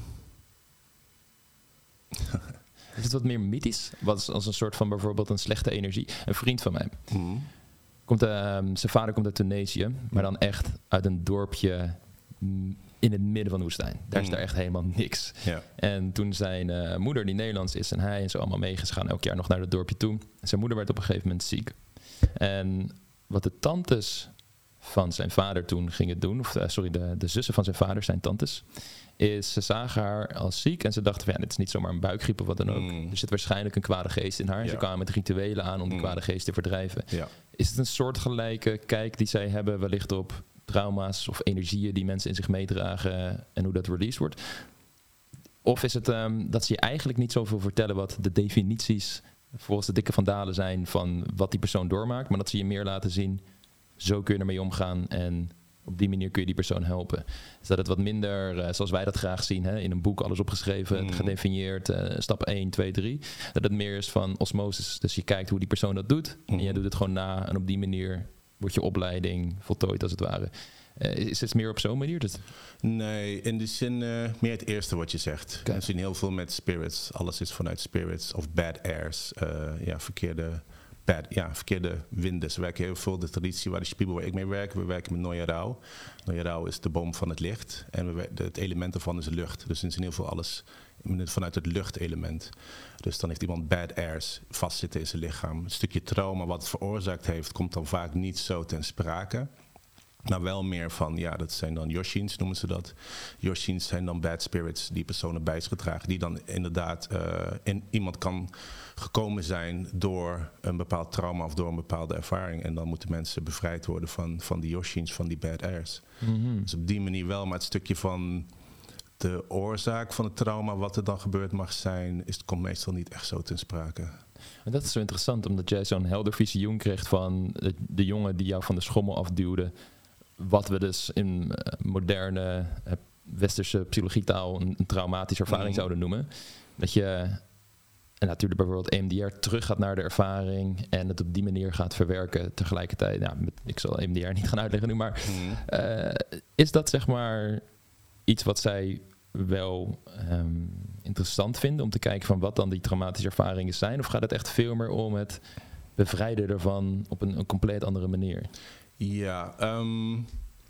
Speaker 1: Is het wat meer mythisch? Wat als een soort van bijvoorbeeld een slechte energie? Een vriend van mij... Mm. Komt, uh, zijn vader komt uit Tunesië, maar dan echt uit een dorpje in het midden van de woestijn. Daar is mm. daar echt helemaal niks. Ja. En toen zijn uh, moeder, die Nederlands is, en hij en zo allemaal meegegaan, elk jaar nog naar dat dorpje toe. En zijn moeder werd op een gegeven moment ziek. En wat de tantes van zijn vader toen gingen doen, of uh, sorry, de, de zussen van zijn vader, zijn tantes, is ze zagen haar als ziek en ze dachten van ja, dit is niet zomaar een buikgriep of wat dan ook. Mm. Er zit waarschijnlijk een kwade geest in haar. Ja. Ze kwamen met rituelen aan om mm. de kwade geest te verdrijven. Ja. Is het een soortgelijke kijk die zij hebben wellicht op
Speaker 2: trauma's of energieën die mensen in zich meedragen en hoe dat released wordt? Of is het um, dat ze je eigenlijk niet zoveel vertellen wat de definities volgens de Dikke van Dalen zijn van wat die persoon doormaakt, maar dat ze je meer laten zien, zo kun je ermee omgaan en op die manier kun je die persoon helpen. Dus dat het wat minder, uh, zoals wij dat graag zien, hè, in een boek alles opgeschreven, mm. gedefinieerd, uh, stap één, twee, drie. Dat het meer is van osmosis. Dus je kijkt hoe die persoon dat doet mm. en jij doet het gewoon na en op die manier wordt je opleiding voltooid als het ware. Uh, is het meer op zo'n manier? Dus
Speaker 3: nee, in die zin uh, meer het eerste wat je zegt. Okay. We zien heel veel met spirits. Alles is vanuit spirits of bad airs. Uh, ja, verkeerde... Bad, ja, verkeerde winden. Ze werken heel veel de traditie waar de Shipibo waar ik mee werk. We werken met Noya Rao. Noya Rao is de boom van het licht. En we, het element ervan is lucht. Dus in heel veel alles vanuit het luchtelement. Dus dan heeft iemand bad airs vastzitten in zijn lichaam. Een stukje trauma wat het veroorzaakt heeft, komt dan vaak niet zo ten sprake. Maar wel meer van, ja, dat zijn dan Yoshins, noemen ze dat. Yoshins zijn dan bad spirits die personen bij zich gedragen. Die dan inderdaad uh, in iemand kan gekomen zijn door een bepaald trauma of door een bepaalde ervaring. En dan moeten mensen bevrijd worden van, van die Yoshins, van die bad airs. Mm-hmm. Dus op die manier wel, maar het stukje van de oorzaak van het trauma, wat er dan gebeurd mag zijn, is, komt meestal niet echt zo ten sprake.
Speaker 2: En dat is zo interessant, omdat jij zo'n helder visioen kreeg van de, de jongen die jou van de schommel afduwde. Wat we dus in uh, moderne uh, westerse psychologietaal een, een traumatische ervaring mm. zouden noemen. Dat je, en natuurlijk bijvoorbeeld E M D R terug gaat naar de ervaring en het op die manier gaat verwerken tegelijkertijd. Nou, ik zal E M D R niet gaan uitleggen nu, maar mm. uh, is dat zeg maar iets wat zij wel um, interessant vinden om te kijken van wat dan die traumatische ervaringen zijn? Of gaat het echt veel meer om het bevrijden ervan op een, een compleet andere manier?
Speaker 3: Ja, um,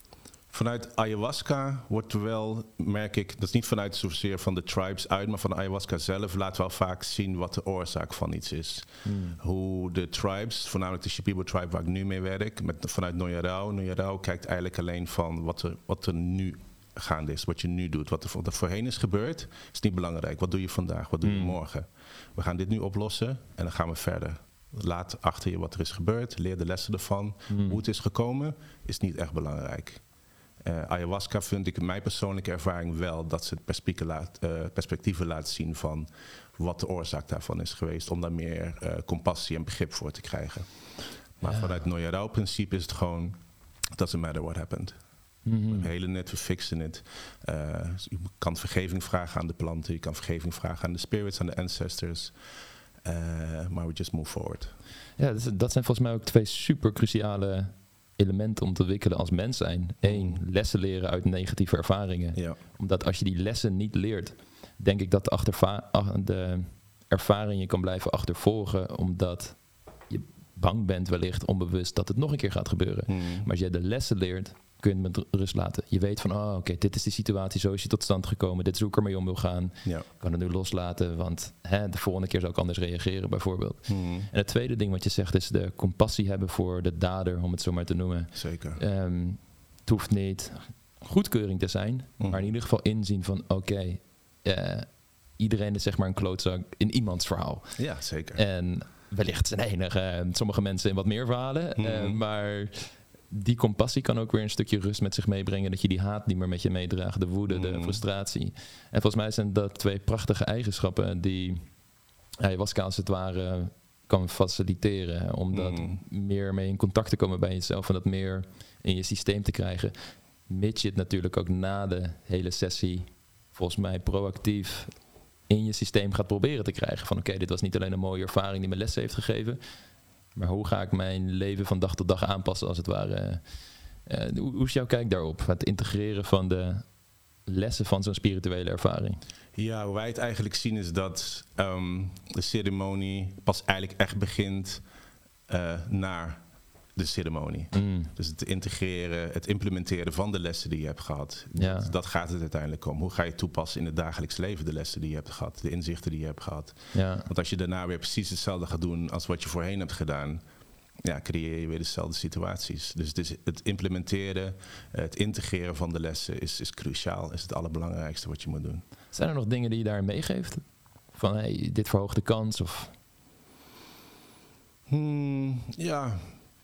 Speaker 3: vanuit ayahuasca wordt er wel, merk ik, dat is niet vanuit zozeer van de tribes uit, maar van de ayahuasca zelf laten we wel vaak zien wat de oorzaak van iets is. Hmm. Hoe de tribes, voornamelijk de Shipibo tribe waar ik nu mee werk, met, vanuit Noya Rao. Noya Rao kijkt eigenlijk alleen van wat er, wat er nu gaande is, wat je nu doet. Wat er, wat er voorheen is gebeurd, is niet belangrijk. Wat doe je vandaag, wat doe je hmm. morgen? We gaan dit nu oplossen en dan gaan we verder. Laat achter je wat er is gebeurd, leer de lessen ervan. Mm. Hoe het is gekomen, is niet echt belangrijk. Uh, ayahuasca vind ik in mijn persoonlijke ervaring wel dat ze perspectieven laat, uh, perspectieven laat zien van wat de oorzaak daarvan is geweest. Om daar meer uh, compassie en begrip voor te krijgen. Maar ja. vanuit Noya Rao principe is het gewoon, it doesn't matter what happened. Mm-hmm. We helen het, we fixen het. Uh, je kan vergeving vragen aan de planten, je kan vergeving vragen aan de spirits, aan de ancestors. Uh, maar we just move forward.
Speaker 2: Ja, dat, dat zijn volgens mij ook twee super cruciale elementen om te ontwikkelen als mens zijn. Eén, lessen leren uit negatieve ervaringen. Ja. Omdat als je die lessen niet leert, denk ik dat de, achterva- de ervaring je kan blijven achtervolgen, omdat je bang bent wellicht onbewust dat het nog een keer gaat gebeuren. Mm. Maar als je de lessen leert, kun je het met rust laten. Je weet van, oh oké, okay, dit is de situatie, zo is je tot stand gekomen, dit is hoe ik ermee om wil gaan. Ja. Ik kan het nu loslaten, want hè, de volgende keer zou ik anders reageren bijvoorbeeld. Mm. En het tweede ding wat je zegt is de compassie hebben voor de dader, om het zo maar te noemen.
Speaker 3: Zeker.
Speaker 2: Um, het hoeft niet goedkeuring te zijn, mm. maar in ieder geval inzien van, oké, okay, uh, iedereen is zeg maar een klootzak in iemands verhaal.
Speaker 3: Ja, zeker.
Speaker 2: En wellicht zijn enige, uh, sommige mensen in wat meer verhalen, mm. uh, maar die compassie kan ook weer een stukje rust met zich meebrengen. Dat je die haat niet meer met je meedraagt. De woede, mm. de frustratie. En volgens mij zijn dat twee prachtige eigenschappen die ayahuasca als het ware kan faciliteren. Om dat mm. meer mee in contact te komen bij jezelf. En dat meer in je systeem te krijgen. Mits je het natuurlijk ook na de hele sessie volgens mij proactief in je systeem gaat proberen te krijgen. Van oké, okay, dit was niet alleen een mooie ervaring die me lessen heeft gegeven. Maar hoe ga ik mijn leven van dag tot dag aanpassen als het ware? Uh, hoe, hoe is jouw kijk daarop? Het integreren van de lessen van zo'n spirituele ervaring.
Speaker 3: Ja, hoe wij het eigenlijk zien is dat um, de ceremonie pas eigenlijk echt begint uh, naar de ceremonie. Mm. Dus het integreren, het implementeren van de lessen die je hebt gehad. Ja. Dat, dat gaat het uiteindelijk om. Hoe ga je toepassen in het dagelijks leven de lessen die je hebt gehad, de inzichten die je hebt gehad. Ja. Want als je daarna weer precies hetzelfde gaat doen als wat je voorheen hebt gedaan, ja, creëer je weer dezelfde situaties. Dus het, is het implementeren, het integreren van de lessen is, is cruciaal, is het allerbelangrijkste wat je moet doen.
Speaker 2: Zijn er nog dingen die je daar meegeeft? Van hey, dit verhoogt de kans? Of?
Speaker 3: Hmm, ja...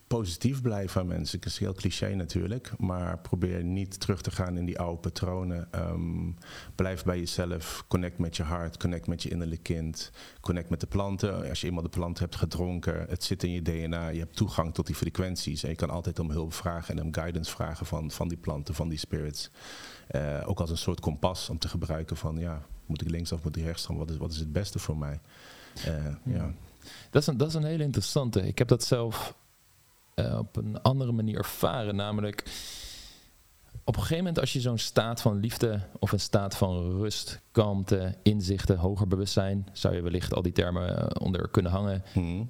Speaker 3: positief blijven aan mensen. Het is heel cliché natuurlijk, maar probeer niet terug te gaan in die oude patronen. Um, blijf bij jezelf, connect met je hart, connect met je innerlijk kind, connect met de planten. Als je eenmaal de planten hebt gedronken, het zit in je D N A, je hebt toegang tot die frequenties en je kan altijd om hulp vragen en om guidance vragen van, van die planten, van die spirits. Uh, ook als een soort kompas om te gebruiken van, ja, moet ik links of moet ik rechts gaan? Wat is, wat is het beste voor mij? Uh, ja.
Speaker 1: Dat is, een, dat is een hele interessante. Ik heb dat zelf uh, op een andere manier ervaren. Namelijk, op een gegeven moment als je zo'n staat van liefde of een staat van rust, kalmte, inzichten, hoger bewustzijn, zou je wellicht al die termen uh, onder kunnen hangen,
Speaker 3: Hmm.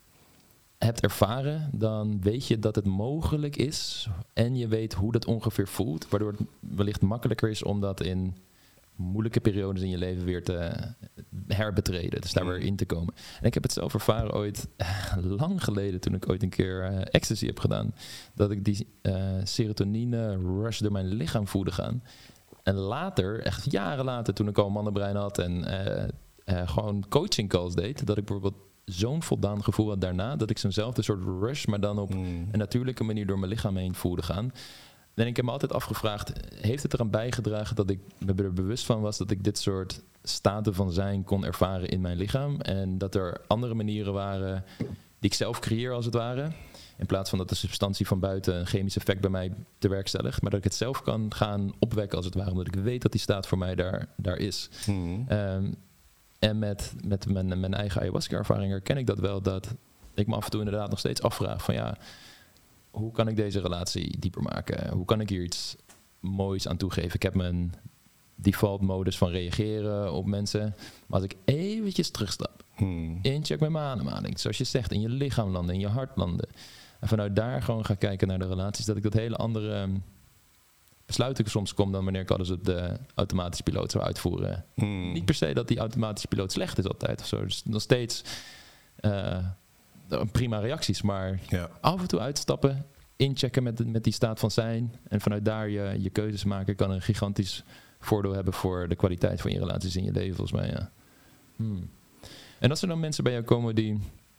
Speaker 1: hebt ervaren, dan weet je dat het mogelijk is en je weet hoe dat ongeveer voelt, waardoor het wellicht makkelijker is om dat in moeilijke periodes in je leven weer te herbetreden. Dus daar weer in te komen. En ik heb het zelf ervaren ooit, lang geleden, toen ik ooit een keer uh, ecstasy heb gedaan, dat ik die uh, serotonine rush door mijn lichaam voelde gaan. En later, echt jaren later, toen ik al een mannenbrein had en uh, uh, gewoon coaching calls deed, dat ik bijvoorbeeld zo'n voldaan gevoel had daarna, dat ik zo'nzelfde soort rush, maar dan op
Speaker 3: Mm.
Speaker 1: een natuurlijke manier door mijn lichaam heen voelde gaan. En ik heb me altijd afgevraagd, heeft het eraan bijgedragen dat ik me er bewust van was dat ik dit soort staten van zijn kon ervaren in mijn lichaam en dat er andere manieren waren die ik zelf creëer als het ware, in plaats van dat de substantie van buiten een chemisch effect bij mij tewerkstelligt, maar dat ik het zelf kan gaan opwekken als het ware, omdat ik weet dat die staat voor mij daar, daar is.
Speaker 3: Hmm.
Speaker 1: Um, en met, met mijn, mijn eigen ayahuasca-ervaring herken ik dat wel, dat ik me af en toe inderdaad nog steeds afvraag van ja, hoe kan ik deze relatie dieper maken? Hoe kan ik hier iets moois aan toegeven? Ik heb mijn default modus van reageren op mensen. Maar als ik eventjes terugstap,
Speaker 3: Hmm.
Speaker 1: incheck met mijn ademhaling, zoals je zegt, in je lichaam landen, in je hart landen. En vanuit daar gewoon ga kijken naar de relaties, dat ik dat hele andere um, besluiten soms kom dan wanneer ik alles op de automatische piloot zou uitvoeren.
Speaker 3: Hmm.
Speaker 1: Niet per se dat die automatische piloot slecht is altijd of zo. Dus nog steeds uh, prima reacties, maar
Speaker 3: Ja.
Speaker 1: af en toe uitstappen, inchecken met, met die staat van zijn en vanuit daar je, je keuzes maken kan een gigantisch voordeel hebben voor de kwaliteit van je relaties in je leven, volgens mij. Ja. Hmm. En als er dan mensen bij jou komen die...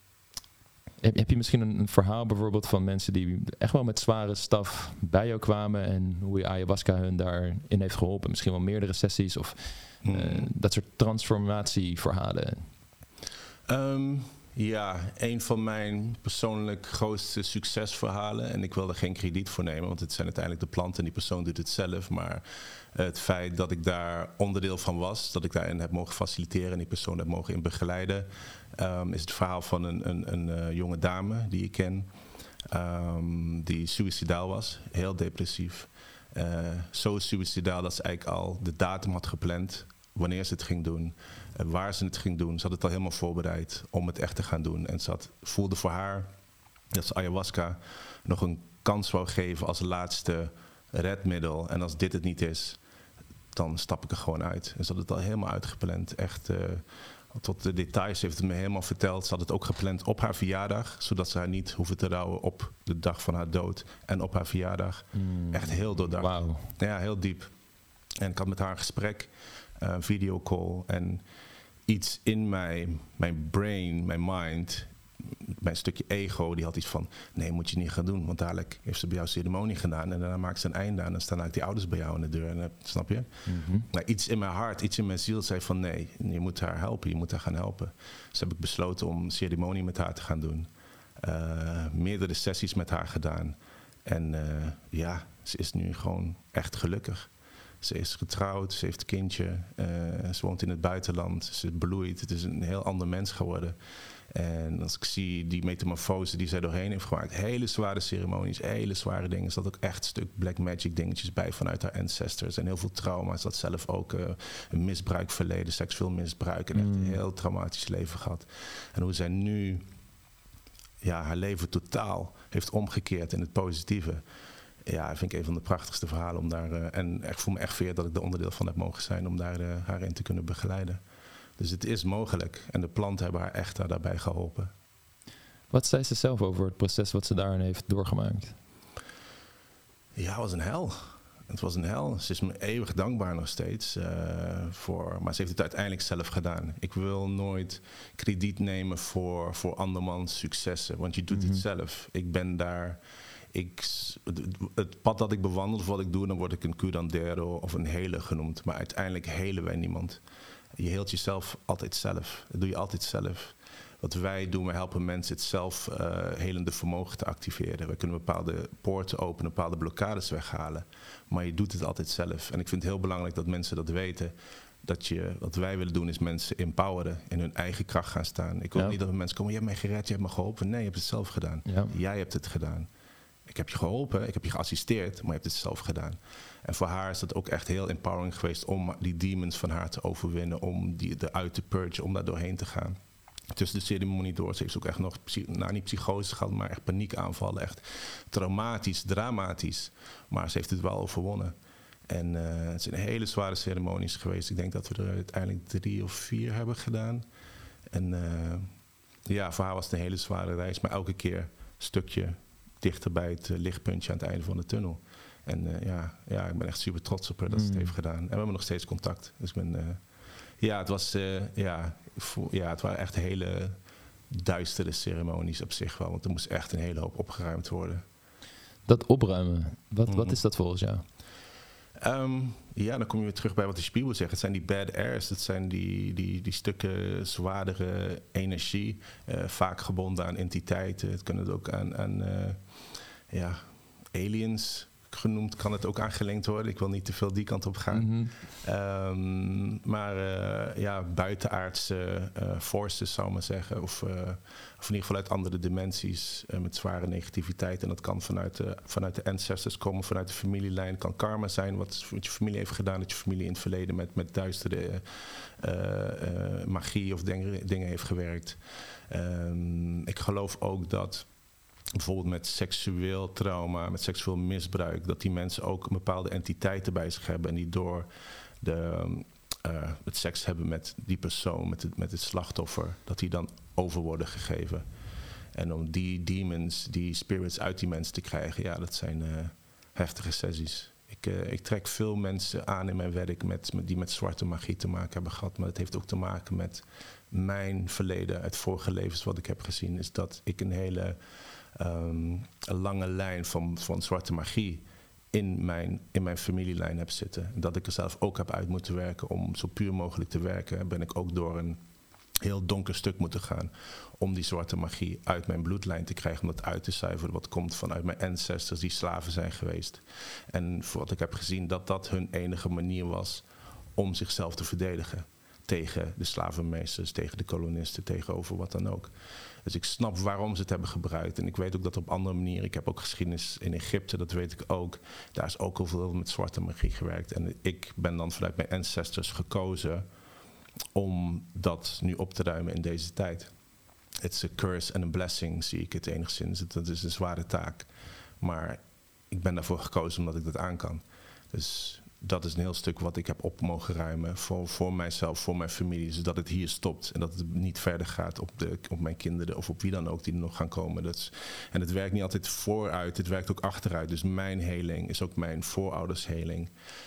Speaker 1: Heb, heb je misschien een, een verhaal bijvoorbeeld van mensen die echt wel met zware staf bij jou kwamen en hoe je ayahuasca hun daarin heeft geholpen? Misschien wel meerdere sessies of
Speaker 3: Hmm.
Speaker 1: uh, dat soort transformatieverhalen.
Speaker 3: Um, ja, een van mijn persoonlijk grootste succesverhalen. En ik wil er geen krediet voor nemen, want het zijn uiteindelijk de planten en die persoon doet het zelf. Maar het feit dat ik daar onderdeel van was, dat ik daarin heb mogen faciliteren en die persoon heb mogen in begeleiden, um, is het verhaal van een, een, een uh, jonge dame die ik ken, um, die suïcidaal was, heel depressief. Uh, zo suïcidaal dat ze eigenlijk al de datum had gepland wanneer ze het ging doen, uh, waar ze het ging doen. Ze had het al helemaal voorbereid om het echt te gaan doen. En ze had, voelde voor haar dat ze ayahuasca nog een kans wou geven als laatste redmiddel. En als dit het niet is, dan stap ik er gewoon uit. En ze had het al helemaal uitgepland. Echt uh, tot de details heeft het me helemaal verteld. Ze had het ook gepland op haar verjaardag, zodat ze haar niet hoeven te rouwen op de dag van haar dood en op haar verjaardag.
Speaker 1: Hmm.
Speaker 3: Echt heel doordacht.
Speaker 1: Wauw.
Speaker 3: Ja, heel diep. En ik had met haar een gesprek, een uh, videocall. En iets in mij, mijn brain, mijn mind, mijn stukje ego, die had iets van, nee, moet je niet gaan doen. Want dadelijk heeft ze bij jou ceremonie gedaan en daarna maakt ze een einde aan. En dan staan eigenlijk die ouders bij jou aan de deur. En, uh, snap je?
Speaker 1: Mm-hmm.
Speaker 3: Maar iets in mijn hart, iets in mijn ziel zei van, nee, je moet haar helpen. Je moet haar gaan helpen. Dus heb ik besloten om ceremonie met haar te gaan doen. Uh, meerdere sessies met haar gedaan. En uh, ja, ze is nu gewoon echt gelukkig. Ze is getrouwd, ze heeft een kindje, uh, ze woont in het buitenland, ze bloeit. Het is een heel ander mens geworden. En als ik zie die metamorfose die zij doorheen heeft gemaakt, hele zware ceremonies, hele zware dingen. Er zat ook echt een stuk black magic dingetjes bij vanuit haar ancestors. En heel veel trauma. Ze had zelf ook uh, een misbruikverleden, seksueel misbruik. En echt een heel traumatisch leven gehad. En hoe zij nu ja, haar leven totaal heeft omgekeerd in het positieve. Ja, vind ik een van de prachtigste verhalen om daar. Uh, en ik voel me echt vereerd dat ik er onderdeel van heb mogen zijn om daar uh, haar in te kunnen begeleiden. Dus het is mogelijk. En de planten hebben haar echt daar, daarbij geholpen.
Speaker 1: Wat zei ze zelf over het proces wat ze daarin heeft doorgemaakt?
Speaker 3: Ja, het was een hel. Het was een hel. Ze is me eeuwig dankbaar nog steeds. Uh, voor, maar ze heeft het uiteindelijk zelf gedaan. Ik wil nooit krediet nemen voor, voor andermans successen. Want je doet mm-hmm. het zelf. Ik ben daar... Ik, het, het pad dat ik bewandel of wat ik doe... dan word ik een curandero of een heler genoemd. Maar uiteindelijk helen wij niemand. Je heelt jezelf altijd zelf. Dat doe je altijd zelf. Wat wij doen, we helpen mensen het zelf uh, helende vermogen te activeren. We kunnen bepaalde poorten openen, bepaalde blokkades weghalen. Maar je doet het altijd zelf. En ik vind het heel belangrijk dat mensen dat weten. Dat je, wat wij willen doen is mensen empoweren, in hun eigen kracht gaan staan. Ik wil ja. niet dat mensen komen, je hebt mij gered, je hebt me geholpen. Nee, je hebt het zelf gedaan. Ja. Jij hebt het gedaan. Ik heb je geholpen, ik heb je geassisteerd, maar je hebt het zelf gedaan. En voor haar is dat ook echt heel empowering geweest om die demons van haar te overwinnen. Om die eruit te purgen, om daar doorheen te gaan. Tussen de ceremonie door. Ze heeft ook echt nog, nou niet psychose gehad, maar echt paniekaanvallen. Echt traumatisch, dramatisch. Maar ze heeft het wel overwonnen. En uh, het zijn hele zware ceremonies geweest. Ik denk dat we er uiteindelijk drie of vier hebben gedaan. En uh, ja, voor haar was het een hele zware reis. Maar elke keer een stukje dichter bij het uh, lichtpuntje aan het einde van de tunnel. En uh, ja, ja, ik ben echt super trots op haar dat mm. ze het heeft gedaan. En we hebben nog steeds contact. Dus ik ben... Uh, ja, het was... Uh, ja, Ja, het waren echt hele duistere ceremonies op zich wel. Want er moest echt een hele hoop opgeruimd worden.
Speaker 2: Dat opruimen, wat, mm. wat is dat volgens jou?
Speaker 3: Um, ja, dan kom je weer terug bij wat de Spiegel zegt. Het zijn die bad airs, dat zijn die, die, die stukken zwaardere energie. Uh, vaak gebonden aan entiteiten. Het kunnen het ook aan, aan uh, ja, aliens... genoemd kan het ook aangelinkt worden. Ik wil niet te veel die kant op gaan. Mm-hmm. Um, maar uh, ja, buitenaardse uh, forces zou ik maar zeggen. Of, uh, of in ieder geval uit andere dimensies uh, met zware negativiteit. En dat kan vanuit de, vanuit de ancestors komen, vanuit de familielijn. Kan karma zijn, wat, wat je familie heeft gedaan. Dat je familie in het verleden met, met duistere uh, uh, magie of dingen, dingen heeft gewerkt. Um, ik geloof ook dat... bijvoorbeeld met seksueel trauma, met seksueel misbruik... dat die mensen ook een bepaalde entiteiten bij zich hebben... en die door de, uh, het seks hebben met die persoon, met het, met het slachtoffer... dat die dan over worden gegeven. En om die demons, die spirits uit die mensen te krijgen... ja, dat zijn uh, heftige sessies. Ik, uh, ik trek veel mensen aan in mijn werk met, met, die met zwarte magie te maken hebben gehad... maar het heeft ook te maken met mijn verleden uit vorige levens. Wat ik heb gezien is dat ik een hele... Um, een lange lijn van, van zwarte magie in mijn, in mijn familielijn heb zitten. Dat ik er zelf ook heb uit moeten werken om zo puur mogelijk te werken. Ben ik ook door een heel donker stuk moeten gaan om die zwarte magie uit mijn bloedlijn te krijgen. Om dat uit te zuiveren wat komt vanuit mijn ancestors die slaven zijn geweest. En voor wat ik heb gezien dat dat hun enige manier was om zichzelf te verdedigen. Tegen de slavenmeesters, tegen de kolonisten, tegenover wat dan ook. Dus ik snap waarom ze het hebben gebruikt. En ik weet ook dat op andere manieren... Ik heb ook geschiedenis in Egypte, dat weet ik ook. Daar is ook heel veel met zwarte magie gewerkt. En ik ben dan vanuit mijn ancestors gekozen... om dat nu op te ruimen in deze tijd. It's a curse and a blessing, zie ik het enigszins. Dat is een zware taak. Maar ik ben daarvoor gekozen omdat ik dat aan kan. Dus... dat is een heel stuk wat ik heb op mogen ruimen voor, voor mijzelf, voor mijn familie. Zodat het hier stopt en dat het niet verder gaat op, de, op mijn kinderen of op wie dan ook die er nog gaan komen. Dat is, en het werkt niet altijd vooruit, het werkt ook achteruit. Dus mijn heling is ook mijn voorouders heling.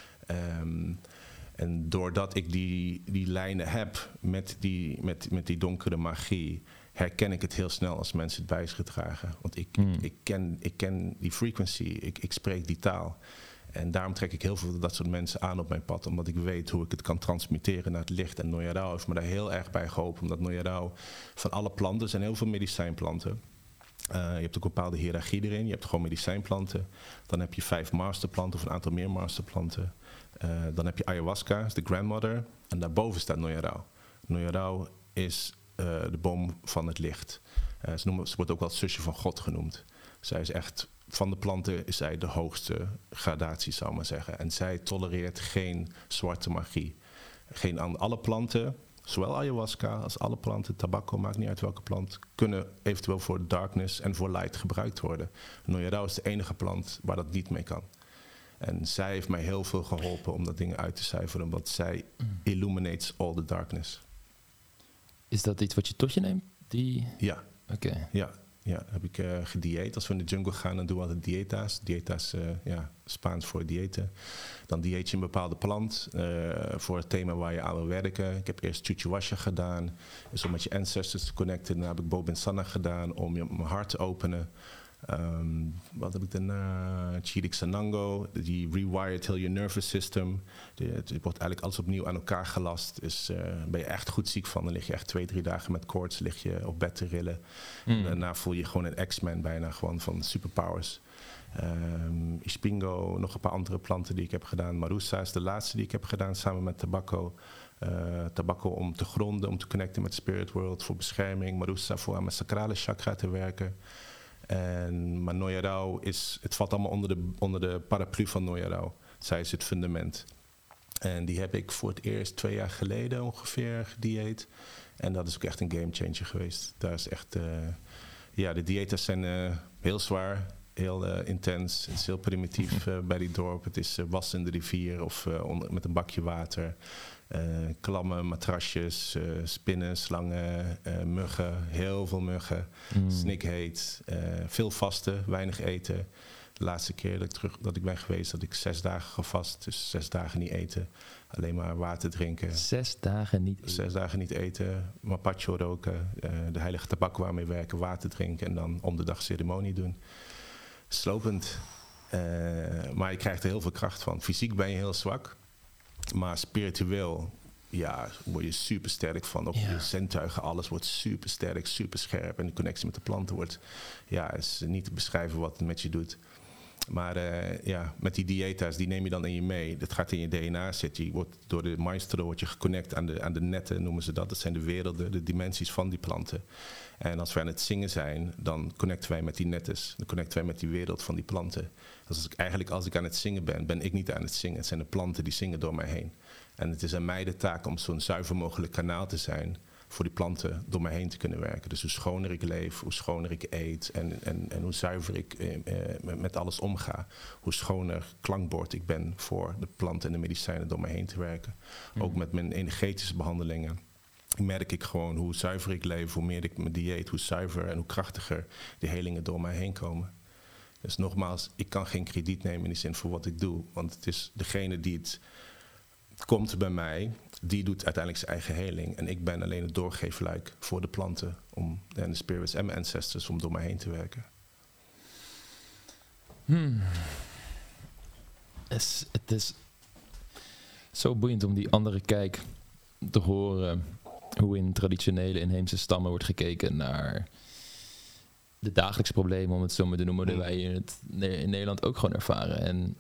Speaker 3: Um, en doordat ik die, die lijnen heb met die, met, met die donkere magie... herken ik het heel snel als mensen het bij zich dragen. Want ik, mm. ik, ik, ken, ik ken die frequency, ik, ik spreek die taal... En daarom trek ik heel veel van dat soort mensen aan op mijn pad. Omdat ik weet hoe ik het kan transmitteren naar het licht. En Noyarao heeft me daar heel erg bij geholpen. Omdat Noyarao van alle planten, er zijn heel veel medicijnplanten. Uh, je hebt ook een bepaalde hiërarchie erin. Je hebt gewoon medicijnplanten. Dan heb je vijf masterplanten of een aantal meer masterplanten. Uh, dan heb je ayahuasca, is de grandmother. En daarboven staat Noyarao. Noyarao is uh, de boom van het licht. Uh, ze, noemen, ze wordt ook wel het zusje van God genoemd. Zij is echt... Van de planten is zij de hoogste gradatie, zou ik maar zeggen. En zij tolereert geen zwarte magie. Geen aan alle planten, zowel ayahuasca als alle planten, tabacco, maakt niet uit welke plant, kunnen eventueel voor darkness en voor light gebruikt worden. Noyarao is de enige plant waar dat niet mee kan. En zij heeft mij heel veel geholpen om dat ding uit te zuiveren, omdat zij illuminates all the darkness.
Speaker 2: Is dat iets wat je tot je neemt? Die...
Speaker 3: Ja.
Speaker 2: Oké. Okay.
Speaker 3: Ja. Ja, heb ik uh, gedieet. Als we in de jungle gaan, dan doen we altijd dieta's. Dieta's, uh, ja, Spaans voor diëten. Dan dieet je een bepaalde plant uh, voor het thema waar je aan wil werken. Ik heb eerst Chuchuwasha gedaan, dus om met je ancestors te connecten. Daarna heb ik Bobinsana gedaan om je mijn hart te openen. Um, wat heb ik daarna? Chidik Sanango, die rewired heel je nervous system. De, het wordt eigenlijk alles opnieuw aan elkaar gelast. Dus uh, ben je echt goed ziek van, dan lig je echt twee, drie dagen met koorts, lig je op bed te rillen. Mm. En daarna voel je gewoon een X-Men bijna, gewoon van superpowers. Um, Ispingo, nog een paar andere planten die ik heb gedaan. Marusa is de laatste die ik heb gedaan, samen met Tabacco. Uh, Tabacco om te gronden, om te connecten met Spirit World, voor bescherming. Marusa voor aan mijn sacrale chakra te werken. En, maar Noya Rao is, het valt allemaal onder de, onder de paraplu van Noya Rao. Zij is het fundament. En die heb ik voor het eerst twee jaar geleden ongeveer gedieet. En dat is ook echt een gamechanger geweest. Daar is echt, uh, ja, de dieeten zijn uh, heel zwaar, heel uh, intens. Het is heel primitief uh, bij die dorp. Het is uh, wassen in de rivier of uh, onder, met een bakje water. Uh, klammen, matrasjes, uh, spinnen, slangen, uh, muggen, heel veel muggen, mm. snikheet, uh, veel vasten, weinig eten. De laatste keer dat ik, terug, dat ik ben geweest, had ik zes dagen gevast, dus zes dagen niet eten, alleen maar water drinken.
Speaker 1: Zes dagen niet eten?
Speaker 3: Zes dagen niet eten, mapacho roken, uh, de heilige tabak waarmee werken, water drinken en dan om de dag ceremonie doen. Slopend, uh, maar je krijgt er heel veel kracht van. Fysiek ben je heel zwak. Maar spiritueel, ja, word je super sterk van. Ook ja. je zintuigen, alles wordt super sterk, super scherp. En de connectie met de planten wordt, ja, is niet te beschrijven wat het met je doet. Maar uh, ja, met die dieta's, die neem je dan in je mee. Dat gaat in je D N A zitten. Je wordt door de maestro word je geconnect aan de, aan de netten, noemen ze dat. Dat zijn de werelden, de dimensies van die planten. En als wij aan het zingen zijn, dan connecten wij met die nettes. Dan connecten wij met die wereld van die planten. Dus als ik, eigenlijk als ik aan het zingen ben, ben ik niet aan het zingen. Het zijn de planten die zingen door mij heen. En het is aan mij de taak om zo'n zuiver mogelijk kanaal te zijn voor die planten door mij heen te kunnen werken. Dus hoe schoner ik leef, hoe schoner ik eet en, en, en hoe zuiver ik eh, met, met alles omga. Hoe schoner klankbord ik ben voor de planten en de medicijnen door mij heen te werken. Mm. Ook met mijn energetische behandelingen merk ik gewoon hoe zuiver ik leef, hoe meer ik mijn dieet, hoe zuiver en hoe krachtiger die helingen door mij heen komen. Dus nogmaals, ik kan geen krediet nemen in die zin voor wat ik doe. Want het is degene die het komt bij mij, die doet uiteindelijk zijn eigen heling. En ik ben alleen het doorgeefluik voor de planten om, en de spirits en mijn ancestors om door mij heen te werken.
Speaker 1: Hmm. Es, het is zo boeiend om die andere kijk te horen. Hoe in traditionele inheemse stammen wordt gekeken naar de dagelijkse problemen, om het zo maar te noemen, die wij in, het, in Nederland ook gewoon ervaren. En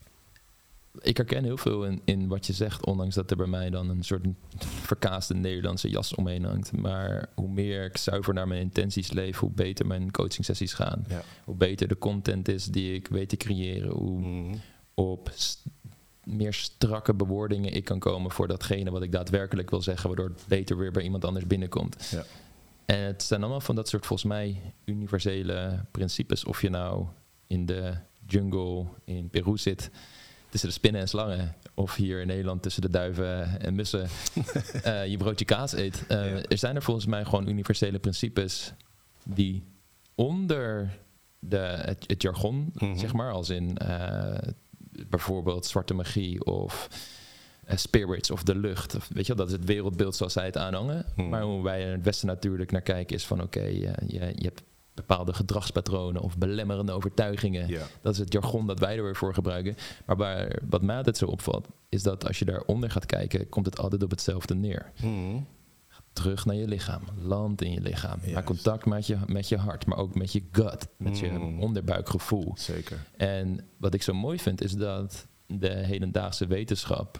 Speaker 1: ik herken heel veel in, in wat je zegt, ondanks dat er bij mij dan een soort verkaasde Nederlandse jas omheen hangt. Maar hoe meer ik zuiver naar mijn intenties leef, hoe beter mijn coaching sessies gaan. Ja. Hoe beter de content is die ik weet te creëren. Hoe mm. op st- meer strakke bewoordingen ik kan komen voor datgene wat ik daadwerkelijk wil zeggen, waardoor het beter weer bij iemand anders binnenkomt. Ja. En het zijn allemaal van dat soort, volgens mij, universele principes. Of je nou in de jungle in Peru zit, tussen de spinnen en slangen, of hier in Nederland tussen de duiven en mussen uh, je broodje kaas eet. Uh, ja. Er zijn er volgens mij gewoon universele principes die onder de, het, het jargon, mm-hmm. zeg maar, als in uh, bijvoorbeeld zwarte magie of uh, spirits of de lucht. Of, weet je wel, dat is het wereldbeeld zoals zij het aanhangen. Mm. Maar hoe wij in het Westen natuurlijk naar kijken is van oké, okay, uh, je, je hebt bepaalde gedragspatronen of belemmerende overtuigingen. Ja. Dat is het jargon dat wij er weer voor gebruiken. Maar waar, wat mij altijd zo opvalt, is dat als je daaronder gaat kijken, komt het altijd op hetzelfde neer. Mm. Ga terug naar je lichaam. Land in je lichaam. Yes. Maak contact met je, met je hart, maar ook met je gut. Met mm. je onderbuikgevoel.
Speaker 3: Zeker.
Speaker 1: En wat ik zo mooi vind, is dat de hedendaagse wetenschap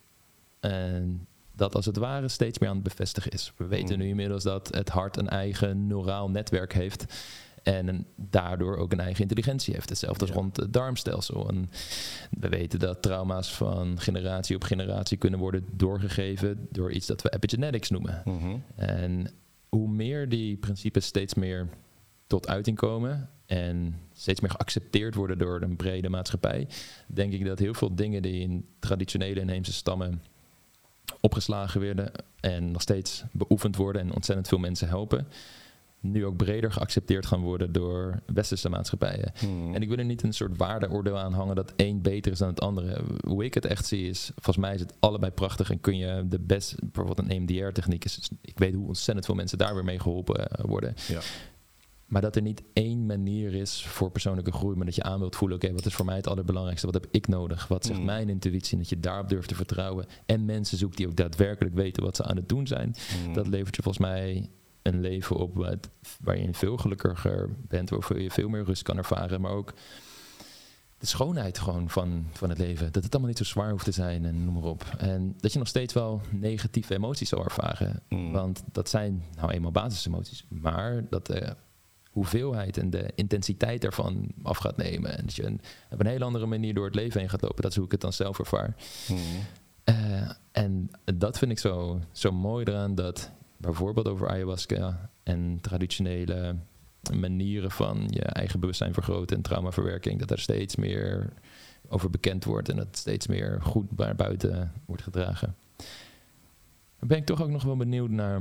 Speaker 1: en dat als het ware steeds meer aan het bevestigen is. We weten nu inmiddels dat het hart een eigen neuraal netwerk heeft en een, daardoor ook een eigen intelligentie heeft. Hetzelfde als ja. rond het darmstelsel. En we weten dat trauma's van generatie op generatie kunnen worden doorgegeven door iets dat we epigenetics noemen. Mm-hmm. En hoe meer die principes steeds meer tot uiting komen en steeds meer geaccepteerd worden door een brede maatschappij, denk ik dat heel veel dingen die in traditionele inheemse stammen opgeslagen werden en nog steeds beoefend worden en ontzettend veel mensen helpen,
Speaker 2: nu ook breder geaccepteerd gaan worden door westerse maatschappijen. Hmm. En ik wil er niet een soort waardeoordeel aan hangen dat één beter is dan het andere. Hoe ik het echt zie is, volgens mij is het allebei prachtig en kun je de best, bijvoorbeeld een E M D R-techniek is, ik weet hoe ontzettend veel mensen daar weer mee geholpen worden.
Speaker 3: Ja.
Speaker 2: Maar dat er niet één manier is voor persoonlijke groei, maar dat je aan wilt voelen, oké, okay, wat is voor mij het allerbelangrijkste? Wat heb ik nodig? Wat zegt mm. mijn intuïtie? En dat je daarop durft te vertrouwen. En mensen zoekt die ook daadwerkelijk weten wat ze aan het doen zijn. Mm. Dat levert je volgens mij een leven op wat, waar je veel gelukkiger bent, waarvoor je veel meer rust kan ervaren, maar ook de schoonheid gewoon van, van het leven. Dat het allemaal niet zo zwaar hoeft te zijn en noem maar op. En dat je nog steeds wel negatieve emoties zal ervaren. Mm. Want dat zijn nou eenmaal basisemoties. Maar dat de hoeveelheid en de intensiteit daarvan af gaat nemen. En dat je een, op een hele andere manier door het leven heen gaat lopen. Dat is hoe ik het dan zelf ervaar. Mm. Uh, en dat vind ik zo, zo mooi eraan, dat bijvoorbeeld over ayahuasca en traditionele manieren van je eigen bewustzijn vergroten en traumaverwerking, dat er steeds meer over bekend wordt en dat het steeds meer goed naar buiten wordt gedragen. Dan ben ik toch ook nog wel benieuwd naar.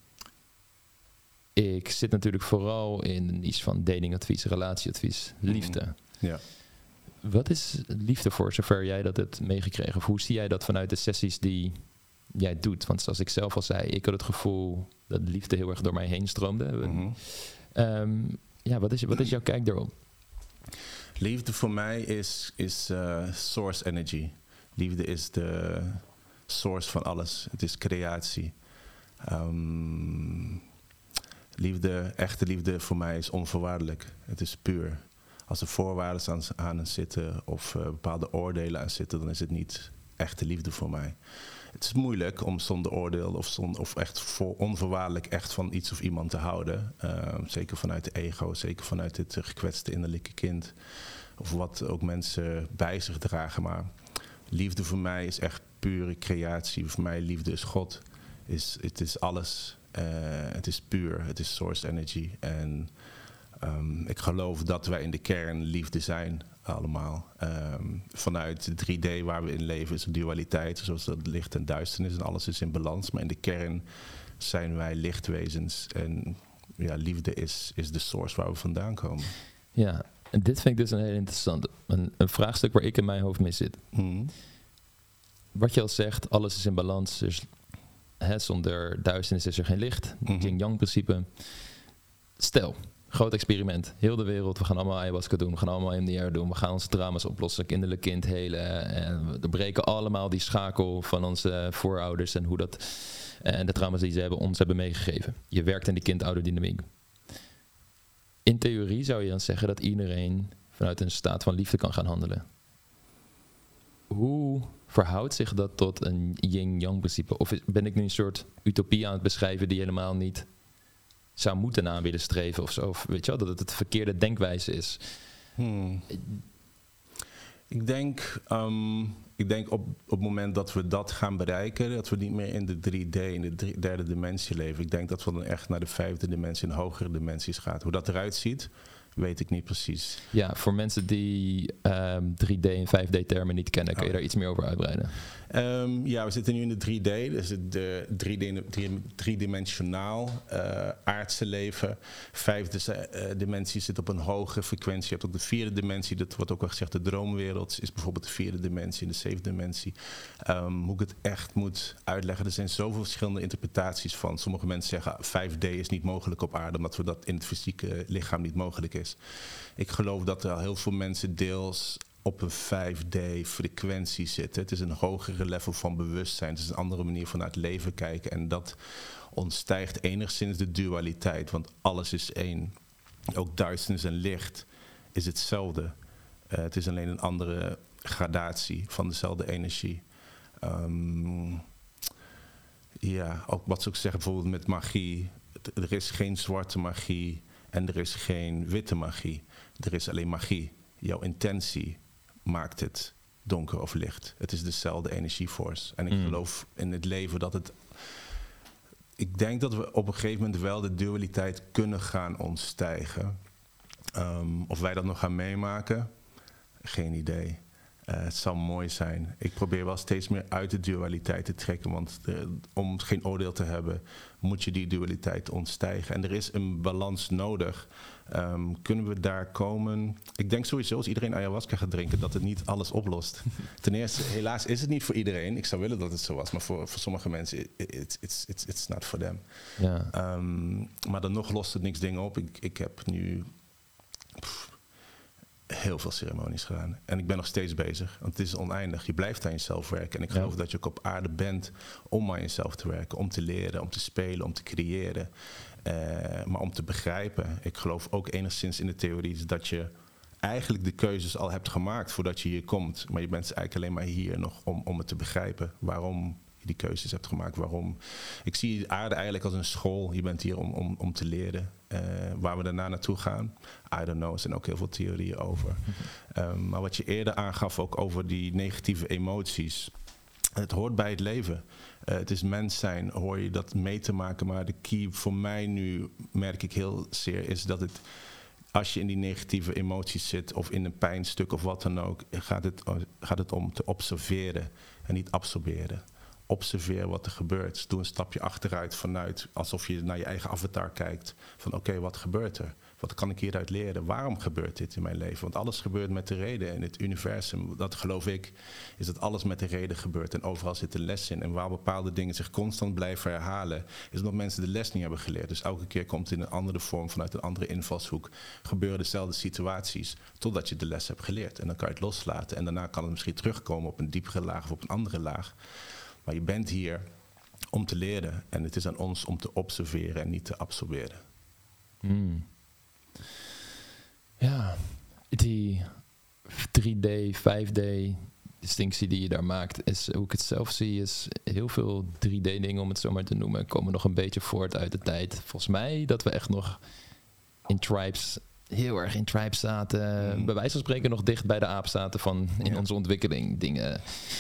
Speaker 2: Ik zit natuurlijk vooral in de niche van datingadvies, relatieadvies, liefde.
Speaker 3: Ja.
Speaker 2: Wat is liefde voor zover jij dat hebt meegekregen? Of hoe zie jij dat vanuit de sessies die jij doet? Want zoals ik zelf al zei, ik had het gevoel dat liefde heel erg door mij heen stroomde. Mm-hmm. Um, ja, wat is, wat is jouw kijk daarop?
Speaker 3: Liefde voor mij is, is uh, source energy. Liefde is de source van alles. Het is creatie. Um, liefde, echte liefde voor mij is onvoorwaardelijk. Het is puur. Als er voorwaarden aan, aan zitten of uh, bepaalde oordelen aan zitten, dan is het niet echte liefde voor mij. Het is moeilijk om zonder oordeel of, zonder, of echt voor onvoorwaardelijk echt van iets of iemand te houden. Uh, zeker vanuit de ego, zeker vanuit het uh, gekwetste innerlijke kind. Of wat ook mensen bij zich dragen. Maar liefde voor mij is echt pure creatie. Voor mij liefde is God. Is, het is alles. Uh, het is puur. Het is source energy. En um, ik geloof dat wij in de kern liefde zijn. Allemaal. Um, vanuit de drie D waar we in leven is een dualiteit, zoals dat licht en duisternis en alles is in balans. Maar in de kern zijn wij lichtwezens en ja, liefde is, is de source waar we vandaan komen.
Speaker 2: Ja, en dit vind ik dus een heel interessant, een, een vraagstuk waar ik in mijn hoofd mee zit. Mm. Wat je al zegt, alles is in balans, dus hè, zonder duisternis is er geen licht, mm-hmm. Yin-Yang principe. Stel, groot experiment. Heel de wereld. We gaan allemaal ayahuasca doen. We gaan allemaal M D R doen. We gaan onze trauma's oplossen. Kinderlijk kind helen. En we breken allemaal die schakel van onze voorouders. En hoe dat. En de trauma's die ze hebben, ons hebben meegegeven. Je werkt in die kind-ouderdynamiek. In theorie zou je dan zeggen dat iedereen vanuit een staat van liefde kan gaan handelen. Hoe verhoudt zich dat tot een yin-yang principe? Of ben ik nu een soort utopie aan het beschrijven die helemaal niet zou moeten aan willen streven of zo? Of weet je wel, dat het het verkeerde denkwijze is.
Speaker 3: Hmm. Ik denk, um, ik denk op, op het moment dat we dat gaan bereiken, dat we niet meer in de drie D, in de drie, derde dimensie leven. Ik denk dat we dan echt naar de vijfde dimensie en hogere dimensies gaan. Hoe dat eruit ziet, weet ik niet precies.
Speaker 2: Ja, voor mensen die um, drie D en vijf D termen niet kennen, kun je oh. daar iets meer over uitbreiden?
Speaker 3: Um, ja, we zitten nu in de drie D, dus het de drie, drie, driedimensionaal uh, aardse leven. Vijfde uh, dimensie zit op een hogere frequentie. Je hebt ook de vierde dimensie, dat wordt ook wel gezegd, de droomwereld is bijvoorbeeld de vierde dimensie en de zevende dimensie. Um, hoe ik het echt moet uitleggen, er zijn zoveel verschillende interpretaties van. Sommige mensen zeggen vijf D is niet mogelijk op aarde, omdat we dat in het fysieke lichaam niet mogelijk is. Ik geloof dat er al heel veel mensen deels op een vijf D frequentie zitten. Het is een hogere level van bewustzijn. Het is een andere manier van naar het leven kijken. En dat ontstijgt enigszins de dualiteit. Want alles is één. Ook duisternis en licht is hetzelfde. Uh, het is alleen een andere gradatie van dezelfde energie. Um, ja, ook wat ze ook zeggen bijvoorbeeld met magie. Er is geen zwarte magie en er is geen witte magie. Er is alleen magie. Jouw intentie maakt het donker of licht. Het is dezelfde energieforce. En ik mm. geloof in het leven dat het. Ik denk dat we op een gegeven moment wel de dualiteit kunnen gaan ontstijgen. Um, of wij dat nog gaan meemaken, geen idee. Uh, het zou mooi zijn. Ik probeer wel steeds meer uit de dualiteit te trekken. Want de, om geen oordeel te hebben, moet je die dualiteit ontstijgen. En er is een balans nodig. Um, kunnen we daar komen? Ik denk sowieso als iedereen ayahuasca gaat drinken, dat het niet alles oplost. Ten eerste, helaas is het niet voor iedereen. Ik zou willen dat het zo was. Maar voor, voor sommige mensen, it's, it's, it's, it's not for them.
Speaker 1: Ja.
Speaker 3: Um, maar dan nog lost het niks dingen op. Ik, ik heb nu... Pff, heel veel ceremonies gedaan. En ik ben nog steeds bezig. Want het is oneindig. Je blijft aan jezelf werken. En ik geloof ja. dat je ook op aarde bent om aan jezelf te werken. Om te leren, om te spelen, om te creëren. Uh, maar om te begrijpen. Ik geloof ook enigszins in de theorie dat je eigenlijk de keuzes al hebt gemaakt voordat je hier komt. Maar je bent eigenlijk alleen maar hier nog om, om het te begrijpen. Waarom je die keuzes hebt gemaakt. Waarom. Ik zie de aarde eigenlijk als een school. Je bent hier om, om, om te leren. Uh, waar we daarna naartoe gaan, I don't know. Er zijn ook heel veel theorieën over. Um, maar wat je eerder aangaf ook over die negatieve emoties. Het hoort bij het leven. Uh, het is mens zijn, hoor je dat mee te maken. Maar de key voor mij nu, merk ik heel zeer, is dat het... Als je in die negatieve emoties zit of in een pijnstuk of wat dan ook, gaat het, gaat het om te observeren en niet absorberen. Observeer wat er gebeurt. Doe een stapje achteruit vanuit alsof je naar je eigen avatar kijkt. Van oké, okay, wat gebeurt er? Wat kan ik hieruit leren? Waarom gebeurt dit in mijn leven? Want alles gebeurt met de reden. En het universum, dat geloof ik, is dat alles met de reden gebeurt. En overal zit een les in. En waar bepaalde dingen zich constant blijven herhalen, is omdat mensen de les niet hebben geleerd. Dus elke keer komt het in een andere vorm, vanuit een andere invalshoek, gebeuren dezelfde situaties, totdat je de les hebt geleerd. En dan kan je het loslaten. En daarna kan het misschien terugkomen op een diepere laag of op een andere laag. Maar je bent hier om te leren. En het is aan ons om te observeren en niet te absorberen.
Speaker 1: Mm. Ja, die drie D, vijf D distinctie die je daar maakt, is, hoe ik het zelf zie, is heel veel drie D dingen, om het zo maar te noemen, komen nog een beetje voort uit de tijd. Volgens mij dat we echt nog in tribes, heel erg in tribes zaten, mm. bij wijze van spreken nog dicht bij de aap zaten van in ja. onze ontwikkeling. Dingen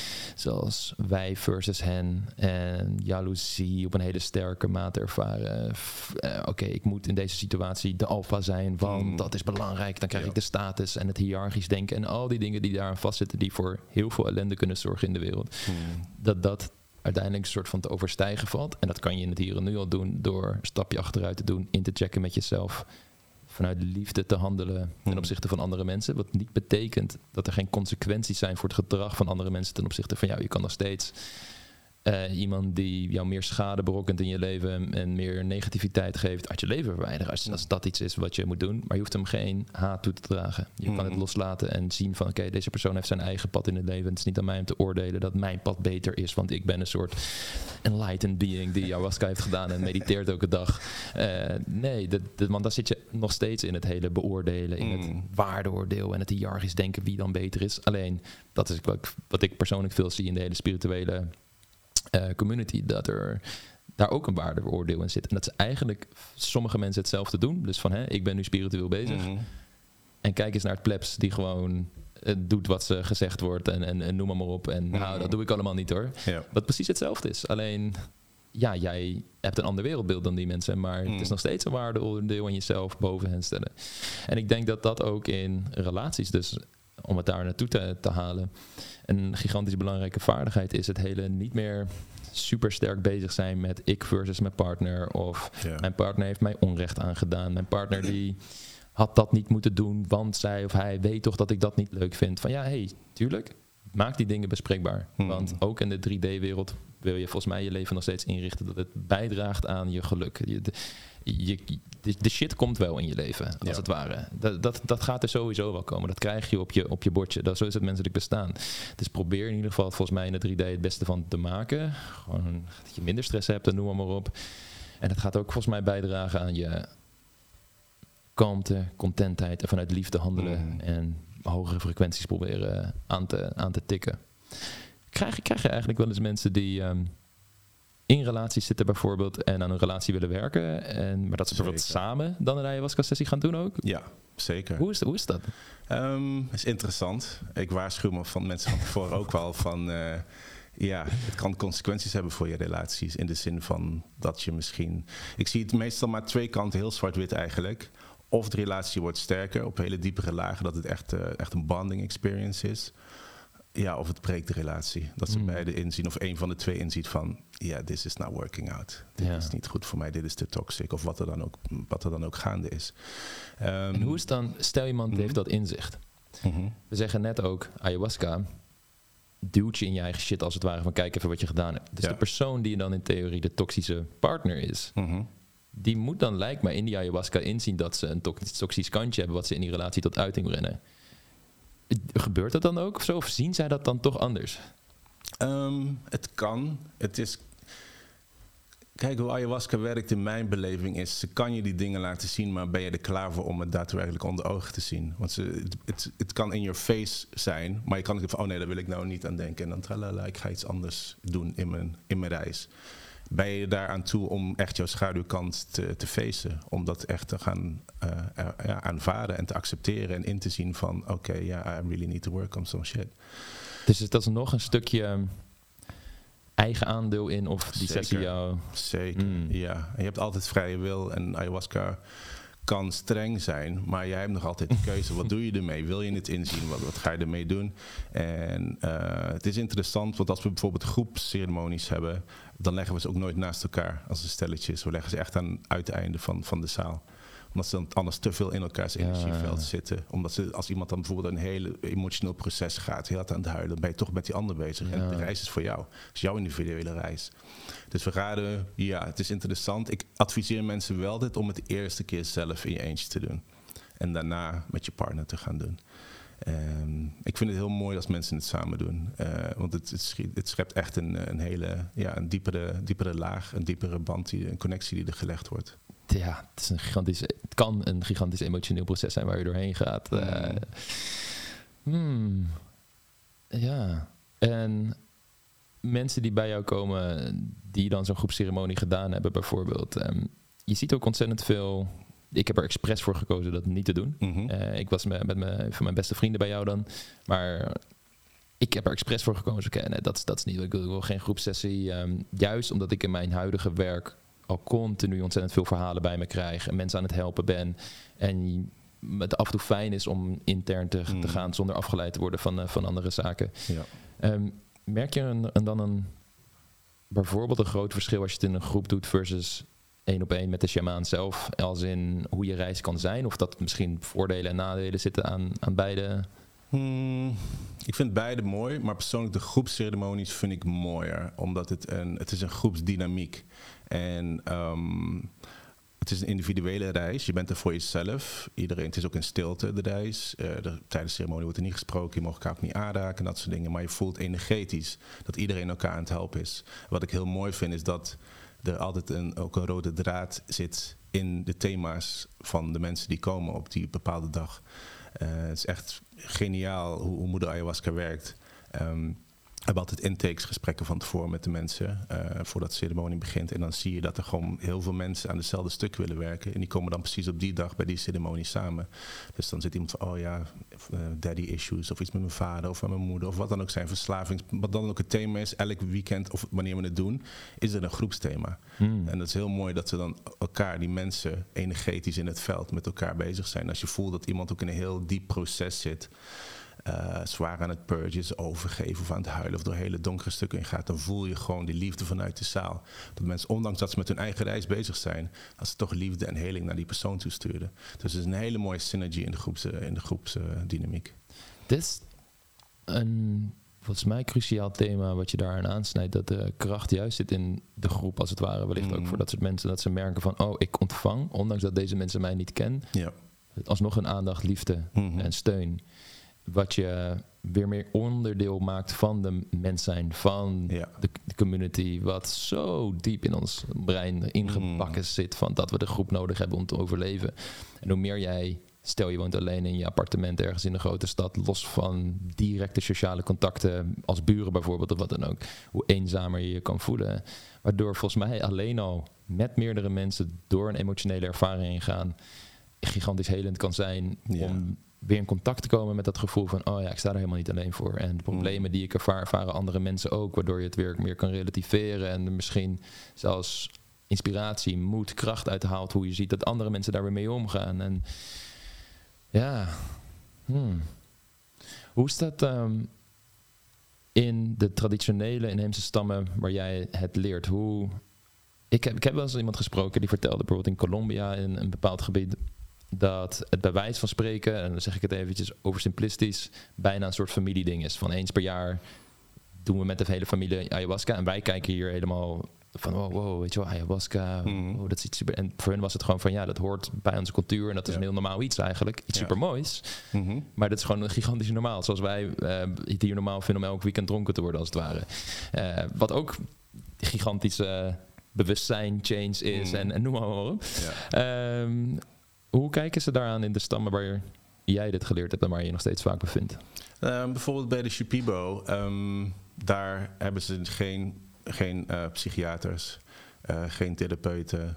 Speaker 1: zoals wij versus hen en jaloezie op een hele sterke mate ervaren. F- uh, Oké, okay, ik moet in deze situatie de alfa zijn, want mm. dat is belangrijk. Dan krijg ja. ik de status en het hiërarchisch denken en al die dingen die daaraan vastzitten, die voor heel veel ellende kunnen zorgen in de wereld. Mm. Dat dat uiteindelijk een soort van te overstijgen valt. En dat kan je in het hier en nu al doen door een stapje achteruit te doen, in te checken met jezelf, vanuit liefde te handelen ten opzichte van andere mensen. Wat niet betekent dat er geen consequenties zijn voor het gedrag van andere mensen ten opzichte van jou. Je kan nog steeds uh, iemand die jou meer schade berokkent in je leven en meer negativiteit geeft uit je leven verwijderen. Als, als dat iets is wat je moet doen. Maar je hoeft hem geen haat toe te dragen. Je mm. kan het loslaten en zien van oké, okay, deze persoon heeft zijn eigen pad in het leven. Het is niet aan mij om te oordelen dat mijn pad beter is. Want ik ben een soort enlightened being die ayahuasca heeft gedaan en mediteert elke dag. Uh, nee, dat, dat, want dan zit je nog steeds in het hele beoordelen, in het mm. waardeoordeel en het hiërarchisch denken wie dan beter is. Alleen, dat is wat ik, wat ik persoonlijk veel zie in de hele spirituele Uh, community, dat er daar ook een waardeoordeel in zit. En dat ze eigenlijk sommige mensen hetzelfde doen. Dus van, hè, ik ben nu spiritueel bezig. Mm-hmm. En kijk eens naar het plebs die gewoon uh, doet wat ze gezegd wordt en, en, en noem maar, maar op. En mm-hmm. nou, dat doe ik allemaal niet hoor. Ja. Wat precies hetzelfde is. Alleen, ja, jij hebt een ander wereldbeeld dan die mensen, maar mm. het is nog steeds een waardeoordeel aan jezelf boven hen stellen. En ik denk dat dat ook in relaties, dus om het daar naartoe te, te halen, een gigantisch belangrijke vaardigheid is. Het hele niet meer super sterk bezig zijn met ik versus mijn partner. Of ja. mijn partner heeft mij onrecht aangedaan. Mijn partner die had dat niet moeten doen, want zij of hij weet toch dat ik dat niet leuk vind. Van ja, hé, hey, tuurlijk, maak die dingen bespreekbaar. Hmm. Want ook in de drie D-wereld wil je volgens mij je leven nog steeds inrichten dat het bijdraagt aan je geluk. Je, de, je, de, de shit komt wel in je leven, als ja. het ware. Dat, dat, dat gaat er sowieso wel komen. Dat krijg je op je, op je bordje. Dat, zo is het menselijk bestaan. Dus probeer in ieder geval volgens mij in de drie D het beste van te maken. Gewoon dat je minder stress hebt en noem maar op. En het gaat ook volgens mij bijdragen aan je kalmte, contentheid en vanuit liefde handelen. Mm. En hogere frequenties proberen aan te, aan te tikken. Krijg je, krijg je eigenlijk wel eens mensen die um, in relaties zitten bijvoorbeeld en aan een relatie willen werken, en, maar dat ze bijvoorbeeld samen dan een ayahuasca-sessie gaan doen ook?
Speaker 3: Ja, zeker.
Speaker 1: Hoe is, hoe is dat?
Speaker 3: Um, is interessant. Ik waarschuw me van mensen van tevoren ook wel van, uh, ja, het kan consequenties hebben voor je relaties. In de zin van dat je misschien, ik zie het meestal maar twee kanten, heel zwart-wit eigenlijk. Of de relatie wordt sterker op hele diepere lagen, dat het echt, uh, echt een bonding experience is. ja, of het breekt de relatie. Dat ze
Speaker 1: Mm.
Speaker 3: beide inzien, of een van de twee inziet van, ja, yeah, this is not working out. Dit
Speaker 1: Ja.
Speaker 3: is niet goed voor mij, dit is te toxic. Of wat er dan ook, wat er dan ook gaande is. Um,
Speaker 1: En hoe is het dan, stel iemand
Speaker 3: Mhm.
Speaker 1: heeft dat inzicht.
Speaker 3: mm-hmm.
Speaker 1: We zeggen net ook, ayahuasca duwt je in je eigen shit als het ware van kijk even wat je gedaan hebt. Dus
Speaker 3: Ja.
Speaker 1: de persoon die dan in theorie de toxische partner is,
Speaker 3: Mm-hmm.
Speaker 1: die moet dan lijkt mij in die ayahuasca inzien dat ze een to- toxisch kantje hebben wat ze in die relatie tot uiting brengen. Gebeurt dat dan ook of zo? Of zien zij dat dan toch anders?
Speaker 3: Um, het kan. Het is... Kijk, hoe ayahuasca werkt in mijn beleving is, ze kan je die dingen laten zien, maar ben je er klaar voor om het daadwerkelijk onder ogen te zien? Want ze, het, het, het kan in your face zijn, maar je kan ook van, oh nee, daar wil ik nou niet aan denken. En dan tralala, ik ga iets anders doen in mijn, in mijn reis. Ben je daar aan toe om echt jouw schaduwkant te, te facen? Om dat echt te gaan uh, uh, ja, aanvaarden en te accepteren en in te zien van, oké, okay, ja, yeah, I really need to work on some shit.
Speaker 1: Dus dat is nog een stukje eigen aandeel in of die
Speaker 3: Zeker.
Speaker 1: sessie jou...
Speaker 3: Zeker,
Speaker 1: Mm.
Speaker 3: ja. En je hebt altijd vrije wil en ayahuasca kan streng zijn, maar jij hebt nog altijd de keuze. Wat doe je ermee? Wil je het inzien? Wat, wat ga je ermee doen? En uh, het is interessant, want als we bijvoorbeeld groepsceremonies hebben, dan leggen we ze ook nooit naast elkaar als een stelletje is. We leggen ze echt aan het uiteinde van, van de zaal. Omdat ze dan anders te veel in elkaars energieveld
Speaker 1: Ja.
Speaker 3: zitten. Omdat ze, als iemand dan bijvoorbeeld een heel emotioneel proces gaat, heel hard aan het huilen, dan ben je toch met die ander bezig.
Speaker 1: Ja.
Speaker 3: En de reis is voor jou. Het is jouw individuele reis. Dus we raden, ja, het is interessant. Ik adviseer mensen wel dit om het de eerste keer zelf in je eentje te doen. En daarna met je partner te gaan doen. Um, ik vind het heel mooi als mensen het samen doen. Uh, want het, het, schiet, het schept echt een, een hele, ja, een diepere, diepere laag, een diepere band, die, een connectie die er gelegd wordt.
Speaker 1: Ja, het, is een gigantisch, het kan een gigantisch emotioneel proces zijn waar je doorheen gaat.
Speaker 3: Mm.
Speaker 1: Uh, hmm, ja, en mensen die bij jou komen, die dan zo'n groepsceremonie gedaan hebben bijvoorbeeld. Um, je ziet ook ontzettend veel... Ik heb er expres voor gekozen dat niet te doen.
Speaker 3: Mm-hmm.
Speaker 1: Uh, ik was met, met mijn, van mijn beste vrienden bij jou dan. Maar ik heb er expres voor gekozen. Oké, okay, nee, dat, dat is niet. Ik wil, ik wil geen groepsessie. Um, juist omdat ik in mijn huidige werk al continu ontzettend veel verhalen bij me krijg. En mensen aan het helpen ben. En het af en toe fijn is om intern te,
Speaker 3: mm.
Speaker 1: te gaan zonder afgeleid te worden van, uh, van andere zaken.
Speaker 3: Ja.
Speaker 1: Um, merk je een, een, dan een bijvoorbeeld een groot verschil als je het in een groep doet versus één op één met de sjamaan zelf, als in hoe je reis kan zijn, of dat misschien voordelen en nadelen zitten aan, aan beide?
Speaker 3: Hmm, ik vind beide mooi, maar persoonlijk de groepsceremonies vind ik mooier, omdat het een, het is een groepsdynamiek. En um, het is een individuele reis, je bent er voor jezelf. Iedereen, het is ook in stilte de reis. Uh, de, tijdens de ceremonie wordt er niet gesproken, je mag elkaar ook niet aanraken en dat soort dingen. Maar je voelt energetisch dat iedereen elkaar aan het helpen is. Wat ik heel mooi vind is dat er altijd een, ook een rode draad zit in de thema's van de mensen die komen op die bepaalde dag. Uh, het is echt geniaal hoe, hoe moeder ayahuasca werkt. Um, we hebben altijd intakesgesprekken van tevoren met de mensen uh, voordat de ceremonie begint. En dan zie je dat er gewoon heel veel mensen aan hetzelfde stuk willen werken. En die komen dan precies op die dag bij die ceremonie samen. Dus dan zit iemand van, oh ja, uh, daddy issues of iets met mijn vader of met mijn moeder of wat dan ook zijn verslavings. Wat dan ook het thema is, elk weekend of wanneer we het doen, is er een groepsthema.
Speaker 1: Hmm.
Speaker 3: En dat is heel mooi dat ze dan elkaar, die mensen, energetisch in het veld met elkaar bezig zijn. Als je voelt dat iemand ook in een heel diep proces zit, Uh, zwaar aan het purgen is, overgeven of aan het huilen of door hele donkere stukken in gaat, dan voel je gewoon die liefde vanuit de zaal. Dat mensen, ondanks dat ze met hun eigen reis bezig zijn, dat ze toch liefde en heling naar die persoon toe sturen. Dus het is een hele mooie synergy in de, groeps, in de groepsdynamiek. Uh,
Speaker 1: Dit is een volgens mij cruciaal thema wat je daarin aansnijdt, dat de kracht juist zit in de groep als het ware. Wellicht mm. ook voor dat soort mensen, dat ze merken van, oh, ik ontvang, ondanks dat deze mensen mij niet kennen,
Speaker 3: ja.
Speaker 1: alsnog een aandacht, liefde mm-hmm. en steun. Wat je weer meer onderdeel maakt van de mens zijn, van
Speaker 3: ja.
Speaker 1: de, de community, wat zo diep in ons brein ingebakken mm. zit van dat we de groep nodig hebben om te overleven. En hoe meer jij, stel je woont alleen in je appartement ergens in een grote stad, los van directe sociale contacten als buren bijvoorbeeld of wat dan ook, hoe eenzamer je je kan voelen. Waardoor volgens mij alleen al met meerdere mensen door een emotionele ervaring heen gaan gigantisch helend kan zijn
Speaker 3: ja.
Speaker 1: om weer in contact te komen met dat gevoel van, oh ja, ik sta er helemaal niet alleen voor. En de problemen die ik ervaar, ervaren andere mensen ook, waardoor je het weer meer kan relativeren en er misschien zelfs inspiratie, moed, kracht uithaalt, hoe je ziet dat andere mensen daar weer mee omgaan. En ja, hmm. hoe is dat? Um,
Speaker 2: in de traditionele inheemse stammen waar jij het leert, hoe... Ik heb, ik heb wel eens iemand gesproken die vertelde bijvoorbeeld in Colombia, in een bepaald gebied, dat het bij wijze van spreken, en dan zeg ik het eventjes oversimplistisch, bijna een soort familieding is. Van eens per jaar doen we met de hele familie ayahuasca. En wij kijken hier helemaal van, wow, wow weet je wel, ayahuasca, mm. oh, dat is iets super... En voor hen was het gewoon van, ja, dat hoort bij onze cultuur en dat is ja. een heel normaal iets eigenlijk. Iets ja. super moois. Mm-hmm. Maar dat is gewoon een gigantisch normaal. Zoals wij uh, het hier normaal vinden om elk weekend dronken te worden, als het ware. Uh, wat ook gigantische uh, bewustzijn, change is mm. en, en noem maar op. Ja. Um, hoe kijken ze daaraan in de stammen waar jij dit geleerd hebt en waar je je nog steeds vaak bevindt?
Speaker 3: Uh, bijvoorbeeld bij de Shipibo, um, daar hebben ze geen, geen uh, psychiaters, uh, geen therapeuten,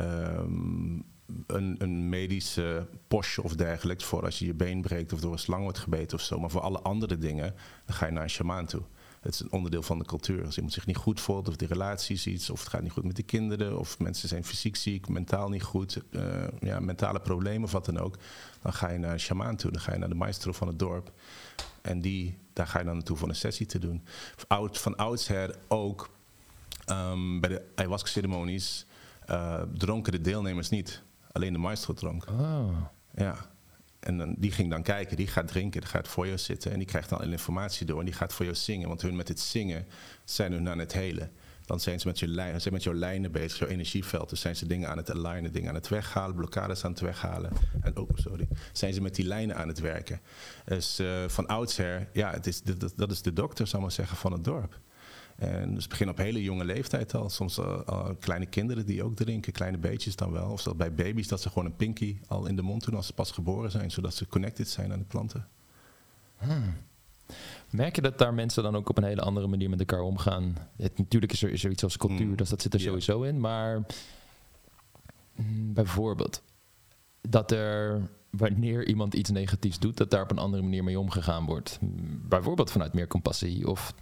Speaker 3: um, een, een medische postje of dergelijks voor als je je been breekt of door een slang wordt gebeten of zo. Maar voor alle andere dingen, dan ga je naar een shamaan toe. Het is een onderdeel van de cultuur. Als iemand zich niet goed voelt, of de relatie is iets, of het gaat niet goed met de kinderen, of mensen zijn fysiek ziek, mentaal niet goed, uh, ja, mentale problemen of wat dan ook, dan ga je naar een shamaan toe, dan ga je naar de maestro van het dorp. En die, daar ga je dan naartoe voor een sessie te doen. Oud, van oudsher ook um, bij de ayahuasca-ceremonies uh, dronken de deelnemers niet. Alleen de maestro dronk.
Speaker 2: Oh.
Speaker 3: Ja. En dan, die ging dan kijken, die gaat drinken, die gaat voor jou zitten en die krijgt dan alle informatie door en die gaat voor jou zingen. Want hun met het zingen zijn hun aan het helen. Dan zijn ze met, je lijn, zijn met jouw lijnen bezig, jouw energieveld. Dus zijn ze dingen aan het alignen, dingen aan het weghalen, blokkades aan het weghalen. En oh, sorry, zijn ze met die lijnen aan het werken. Dus uh, van oudsher, ja, het is, dat, dat is de dokter, zou ik maar zeggen, van het dorp. En dus begin op hele jonge leeftijd al. Soms uh, uh, kleine kinderen die ook drinken, kleine beetjes dan wel. Of zelfs bij baby's dat ze gewoon een pinky al in de mond doen als ze pas geboren zijn. Zodat ze connected zijn aan de planten.
Speaker 2: Hmm. Merk je dat daar mensen dan ook op een hele andere manier met elkaar omgaan? Het, natuurlijk is er, is er iets als cultuur, mm. dus dat zit er yeah. sowieso in. Maar mm, bijvoorbeeld dat er, wanneer iemand iets negatiefs doet, dat daar op een andere manier mee omgegaan wordt. Bijvoorbeeld vanuit meer compassie of...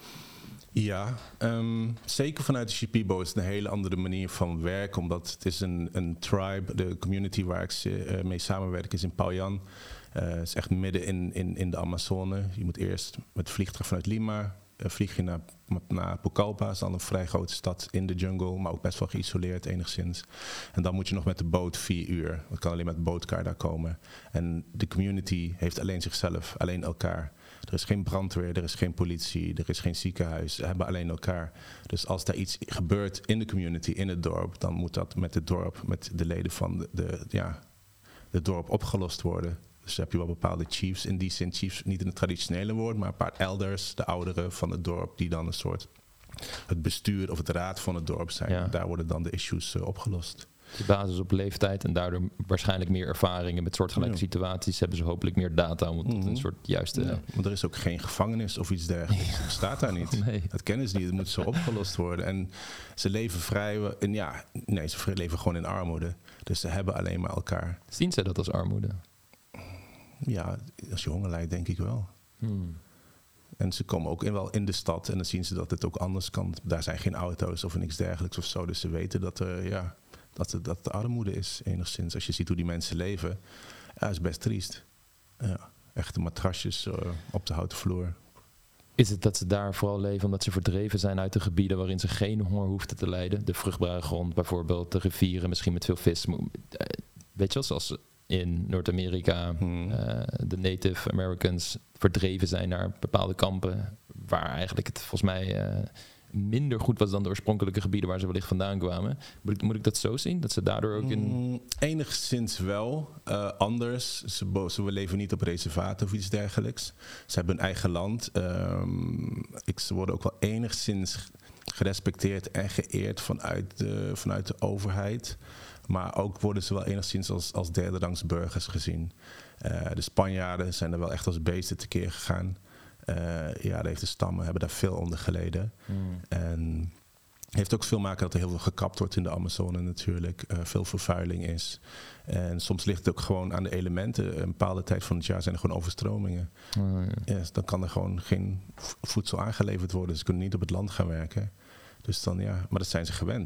Speaker 3: Ja, um, zeker vanuit de Shipibo is het een hele andere manier van werken. Omdat het is een, een tribe, de community waar ik uh, mee samenwerk is in Pauyan. Het uh, is echt midden in, in, in de Amazone. Je moet eerst met vliegtuig vanuit Lima, uh, vlieg je naar, naar Pucallpa. Dat is dan een vrij grote stad in de jungle, maar ook best wel geïsoleerd enigszins. En dan moet je nog met de boot vier uur. Je kan alleen met de bootkaart daar komen. En de community heeft alleen zichzelf, alleen elkaar. Er is geen brandweer, er is geen politie, er is geen ziekenhuis. Ze hebben alleen elkaar. Dus als daar iets gebeurt in de community, in het dorp, dan moet dat met het dorp, met de leden van de, de, ja, het dorp opgelost worden. Dus dan heb je wel bepaalde chiefs, in die zin chiefs niet in het traditionele woord, maar een paar elders, de ouderen van het dorp, die dan een soort het bestuur of het raad van het dorp zijn. Ja. Daar worden dan de issues uh, opgelost.
Speaker 2: De basis op leeftijd en daardoor waarschijnlijk meer ervaringen met soortgelijke ja. situaties. Hebben ze hopelijk meer data om mm-hmm. een soort juiste...
Speaker 3: Ja, maar er is ook geen gevangenis of iets dergelijks. Ja. Dat staat daar niet. Nee. Dat kennen ze niet. Het moet zo opgelost worden. En ze leven vrij... En ja, nee, ze leven gewoon in armoede. Dus ze hebben alleen maar elkaar.
Speaker 2: Zien ze dat als armoede?
Speaker 3: Ja, als je honger lijdt, denk ik wel. Hmm. En ze komen ook in, wel in de stad en dan zien ze dat het ook anders kan. Daar zijn geen auto's of niks dergelijks of zo. Dus ze weten dat er... Ja, Dat het, dat het armoede is, enigszins. Als je ziet hoe die mensen leven, ja, is best triest. Ja, echte matrasjes uh, op de houten vloer.
Speaker 2: Is het dat ze daar vooral leven omdat ze verdreven zijn uit de gebieden waarin ze geen honger hoefden te lijden? De vruchtbare grond bijvoorbeeld, de rivieren, misschien met veel vis. Weet je wel, zoals in Noord-Amerika hmm. uh, de Native Americans verdreven zijn naar bepaalde kampen, waar eigenlijk het volgens mij... Uh, minder goed was dan de oorspronkelijke gebieden waar ze wellicht vandaan kwamen. Moet ik, moet ik dat zo zien? Dat ze daardoor ook in...
Speaker 3: Mm, enigszins wel. Uh, anders. Ze, bo- ze leven niet op reservaten of iets dergelijks. Ze hebben hun eigen land. Um, ik, ze worden ook wel enigszins gerespecteerd en geëerd vanuit de, vanuit de overheid. Maar ook worden ze wel enigszins als, als derde rangs burgers gezien. Uh, de Spanjaarden zijn er wel echt als beesten tekeer gegaan. Uh, ja, de heeft de stammen hebben daar veel onder geleden. Mm. En heeft ook veel maken dat er heel veel gekapt wordt in de Amazone natuurlijk. Uh, veel vervuiling is. En soms ligt het ook gewoon aan de elementen. Een bepaalde tijd van het jaar zijn er gewoon overstromingen. Oh, ja. Yes, dan kan er gewoon geen voedsel aangeleverd worden. Ze kunnen niet op het land gaan werken. Dus dan ja, maar dat zijn ze gewend.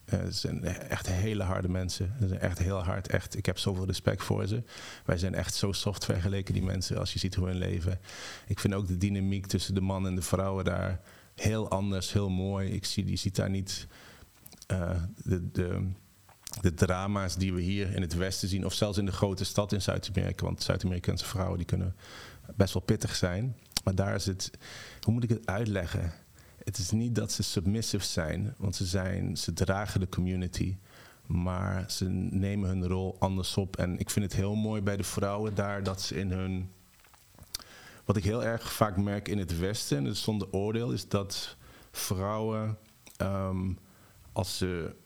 Speaker 3: Uh, ze zijn echt hele harde mensen. Ze zijn echt heel hard. Echt, ik heb zoveel respect voor ze. Wij zijn echt zo soft vergeleken, die mensen, als je ziet hoe hun leven. Ik vind ook de dynamiek tussen de man en de vrouwen daar heel anders, heel mooi. Ik zie, je ziet daar niet uh, de, de, de drama's die we hier in het Westen zien. Of zelfs in de grote stad in Zuid-Amerika. Want Zuid-Amerikaanse vrouwen die kunnen best wel pittig zijn. Maar daar is het, hoe moet ik het uitleggen? Het is niet dat ze submissive zijn, want ze, zijn, ze dragen de community. Maar ze nemen hun rol anders op. En ik vind het heel mooi bij de vrouwen daar dat ze in hun... Wat ik heel erg vaak merk in het Westen, en dat is zonder oordeel, is dat vrouwen, um, als ze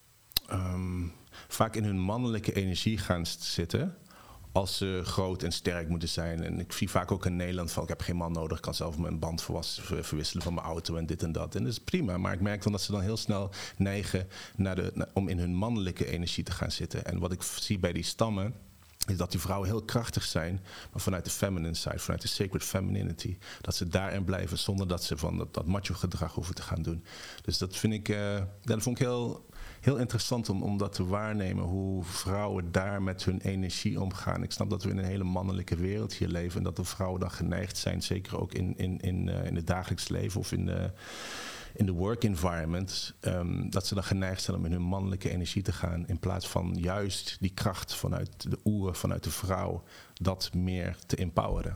Speaker 3: um, vaak in hun mannelijke energie gaan zitten, als ze groot en sterk moeten zijn. En ik zie vaak ook in Nederland van, ik heb geen man nodig, ik kan zelf mijn band verwisselen van mijn auto en dit en dat. En dat is prima, maar ik merk dan dat ze dan heel snel neigen naar de, naar, om in hun mannelijke energie te gaan zitten. En wat ik zie bij die stammen, is dat die vrouwen heel krachtig zijn, maar vanuit de feminine side, vanuit de sacred femininity. Dat ze daarin blijven zonder dat ze van dat, dat macho gedrag hoeven te gaan doen. Dus dat vind ik, uh, dat vond ik heel, heel interessant om, om dat te waarnemen, hoe vrouwen daar met hun energie omgaan. Ik snap dat we in een hele mannelijke wereld hier leven en dat de vrouwen dan geneigd zijn, zeker ook in, in, in, uh, in het dagelijks leven of in de, in de work environment, um, dat ze dan geneigd zijn om in hun mannelijke energie te gaan, in plaats van juist die kracht vanuit de oer, vanuit de vrouw, dat meer te empoweren.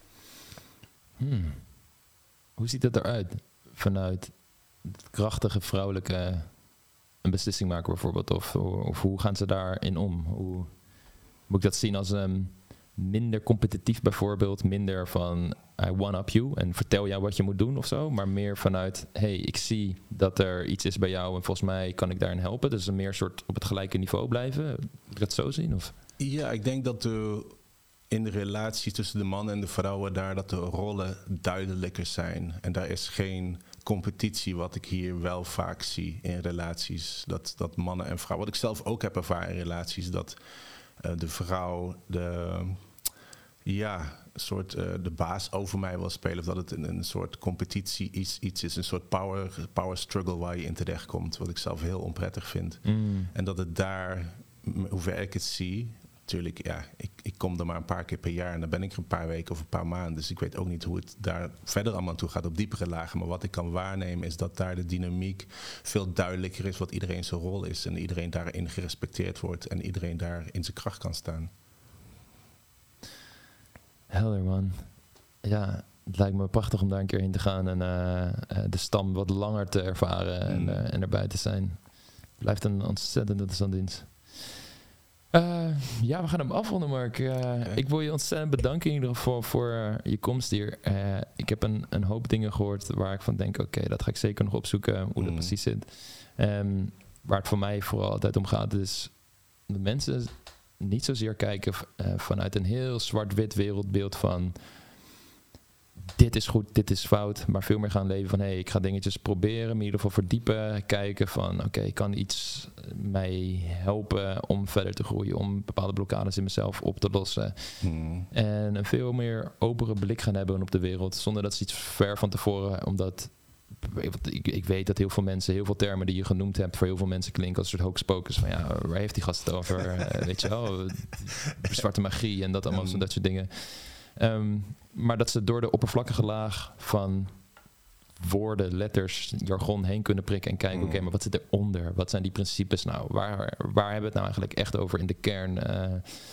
Speaker 1: Hmm. Hoe ziet dat eruit vanuit het krachtige vrouwelijke een beslissing maken bijvoorbeeld? Of, of hoe gaan ze daarin om? Hoe moet ik dat zien als um, minder competitief bijvoorbeeld? Minder van I one-up you en vertel jou wat je moet doen of zo. Maar meer vanuit, hey, ik zie dat er iets is bij jou en volgens mij kan ik daarin helpen. Dus een meer soort op het gelijke niveau blijven. Moet ik dat zo zien? Of?
Speaker 3: Ja, ik denk dat de, in de relatie tussen de mannen en de vrouwen daar dat de rollen duidelijker zijn. En daar is geen competitie, wat ik hier wel vaak zie in relaties. Dat, dat mannen en vrouwen, wat ik zelf ook heb ervaren in relaties, dat uh, de vrouw de, ja, een soort uh, de baas over mij wil spelen. Of dat het een, een soort competitie iets, iets is, een soort power, power struggle waar je in terechtkomt. Wat ik zelf heel onprettig vind. Mm. En dat het daar, hoe ver ik het zie, natuurlijk, ja, ik, ik kom er maar een paar keer per jaar en dan ben ik er een paar weken of een paar maanden. Dus ik weet ook niet hoe het daar verder allemaal toe gaat op diepere lagen. Maar wat ik kan waarnemen is dat daar de dynamiek veel duidelijker is wat iedereen zijn rol is. En iedereen daarin gerespecteerd wordt en iedereen daar in zijn kracht kan staan.
Speaker 1: Helder, man. Ja, het lijkt me prachtig om daar een keer heen te gaan en uh, de stam wat langer te ervaren en, mm. uh, en erbij te zijn. Blijft een ontzettend interessant dienst. Uh, ja, we gaan hem afronden, Mark. Uh, okay. Ik wil je ontzettend bedanken in ieder geval voor uh, je komst hier. Uh, ik heb een, een hoop dingen gehoord waar ik van denk, oké, okay, dat ga ik zeker nog opzoeken, hoe mm. dat precies zit. Um, waar het voor mij vooral altijd om gaat, is dat mensen niet zozeer kijken uh, vanuit een heel zwart-wit wereldbeeld van dit is goed, dit is fout, maar veel meer gaan leven van hé, hey, ik ga dingetjes proberen, me in ieder geval verdiepen, kijken van oké, okay, kan iets mij helpen om verder te groeien, om bepaalde blokkades in mezelf op te lossen. Hmm. En een veel meer opere blik gaan hebben op de wereld, zonder dat ze iets ver van tevoren, omdat ik, ik weet dat heel veel mensen, heel veel termen die je genoemd hebt, voor heel veel mensen klinken als een soort hocus-pocus van ja, waar heeft die gast het over? uh, weet je wel, zwarte magie en dat allemaal, hmm. dat soort dingen. Um, maar dat ze door de oppervlakkige laag van woorden, letters, jargon heen kunnen prikken en kijken, mm. oké, okay, maar wat zit eronder? Wat zijn die principes nou? Waar, waar hebben we het nou eigenlijk echt over in de kern? Uh,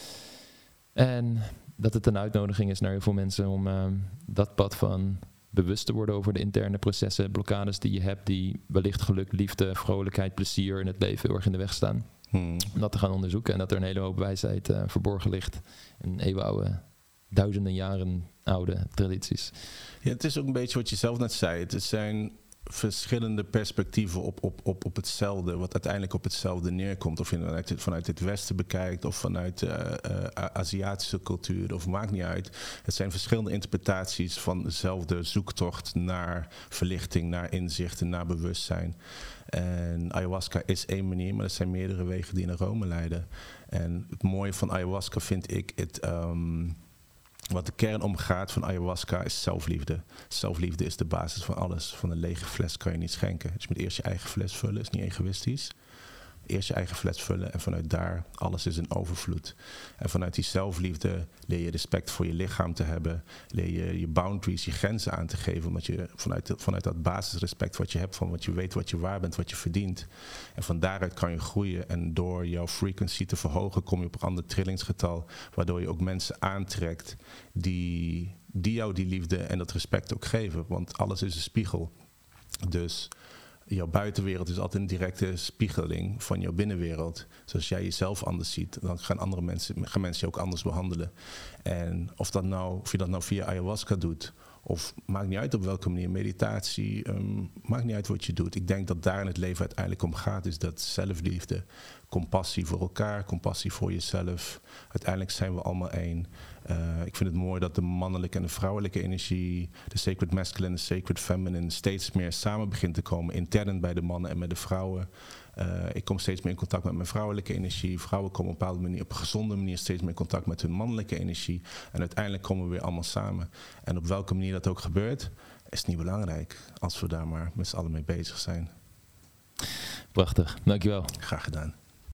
Speaker 1: en dat het een uitnodiging is naar heel veel mensen om uh, dat pad van bewust te worden over de interne processen, blokkades die je hebt, die wellicht geluk, liefde, vrolijkheid, plezier in het leven heel erg in de weg staan. Mm. Om dat te gaan onderzoeken en dat er een hele hoop wijsheid uh, verborgen ligt in eeuwenoude, duizenden jaren oude tradities.
Speaker 3: Ja, het is ook een beetje wat je zelf net zei. Het zijn verschillende perspectieven op, op, op, op hetzelfde, wat uiteindelijk op hetzelfde neerkomt. Of je vanuit het, vanuit het Westen bekijkt, of vanuit uh, uh, Aziatische cultuur, of maakt niet uit. Het zijn verschillende interpretaties van dezelfde zoektocht naar verlichting, naar inzichten, naar bewustzijn. En ayahuasca is één manier, maar er zijn meerdere wegen die naar Rome leiden. En het mooie van ayahuasca vind ik het... Um, Wat de kern omgaat van ayahuasca is zelfliefde. Zelfliefde is de basis van alles. Van een lege fles kan je niet schenken. Dus je moet eerst je eigen fles vullen, is niet egoïstisch. Eerst je eigen fles vullen en vanuit daar, alles is in overvloed. En vanuit die zelfliefde leer je respect voor je lichaam te hebben. Leer je je boundaries, je grenzen aan te geven. Omdat je vanuit, vanuit dat basisrespect wat je hebt, van wat je weet, wat je waar bent, wat je verdient. En van daaruit kan je groeien. En door jouw frequency te verhogen kom je op een ander trillingsgetal. Waardoor je ook mensen aantrekt die, die jou die liefde en dat respect ook geven. Want alles is een spiegel. Dus jouw buitenwereld is altijd een directe spiegeling van jouw binnenwereld. Dus als jij jezelf anders ziet, dan gaan andere mensen, gaan mensen je ook anders behandelen. En of, dat nou, of je dat nou via ayahuasca doet, of maakt niet uit op welke manier, meditatie, um, maakt niet uit wat je doet. Ik denk dat daar in het leven uiteindelijk om gaat, is dat zelfliefde, compassie voor elkaar, compassie voor jezelf. Uiteindelijk zijn we allemaal één. Uh, ik vind het mooi dat de mannelijke en de vrouwelijke energie, de sacred masculine en de sacred feminine, steeds meer samen begint te komen, intern bij de mannen en met de vrouwen. Uh, ik kom steeds meer in contact met mijn vrouwelijke energie. Vrouwen komen op een bepaalde manier, op een gezonde manier, steeds meer in contact met hun mannelijke energie. En uiteindelijk komen we weer allemaal samen. En op welke manier dat ook gebeurt, is niet belangrijk, als we daar maar met z'n allen mee bezig zijn.
Speaker 2: Prachtig, dankjewel.
Speaker 3: Graag gedaan.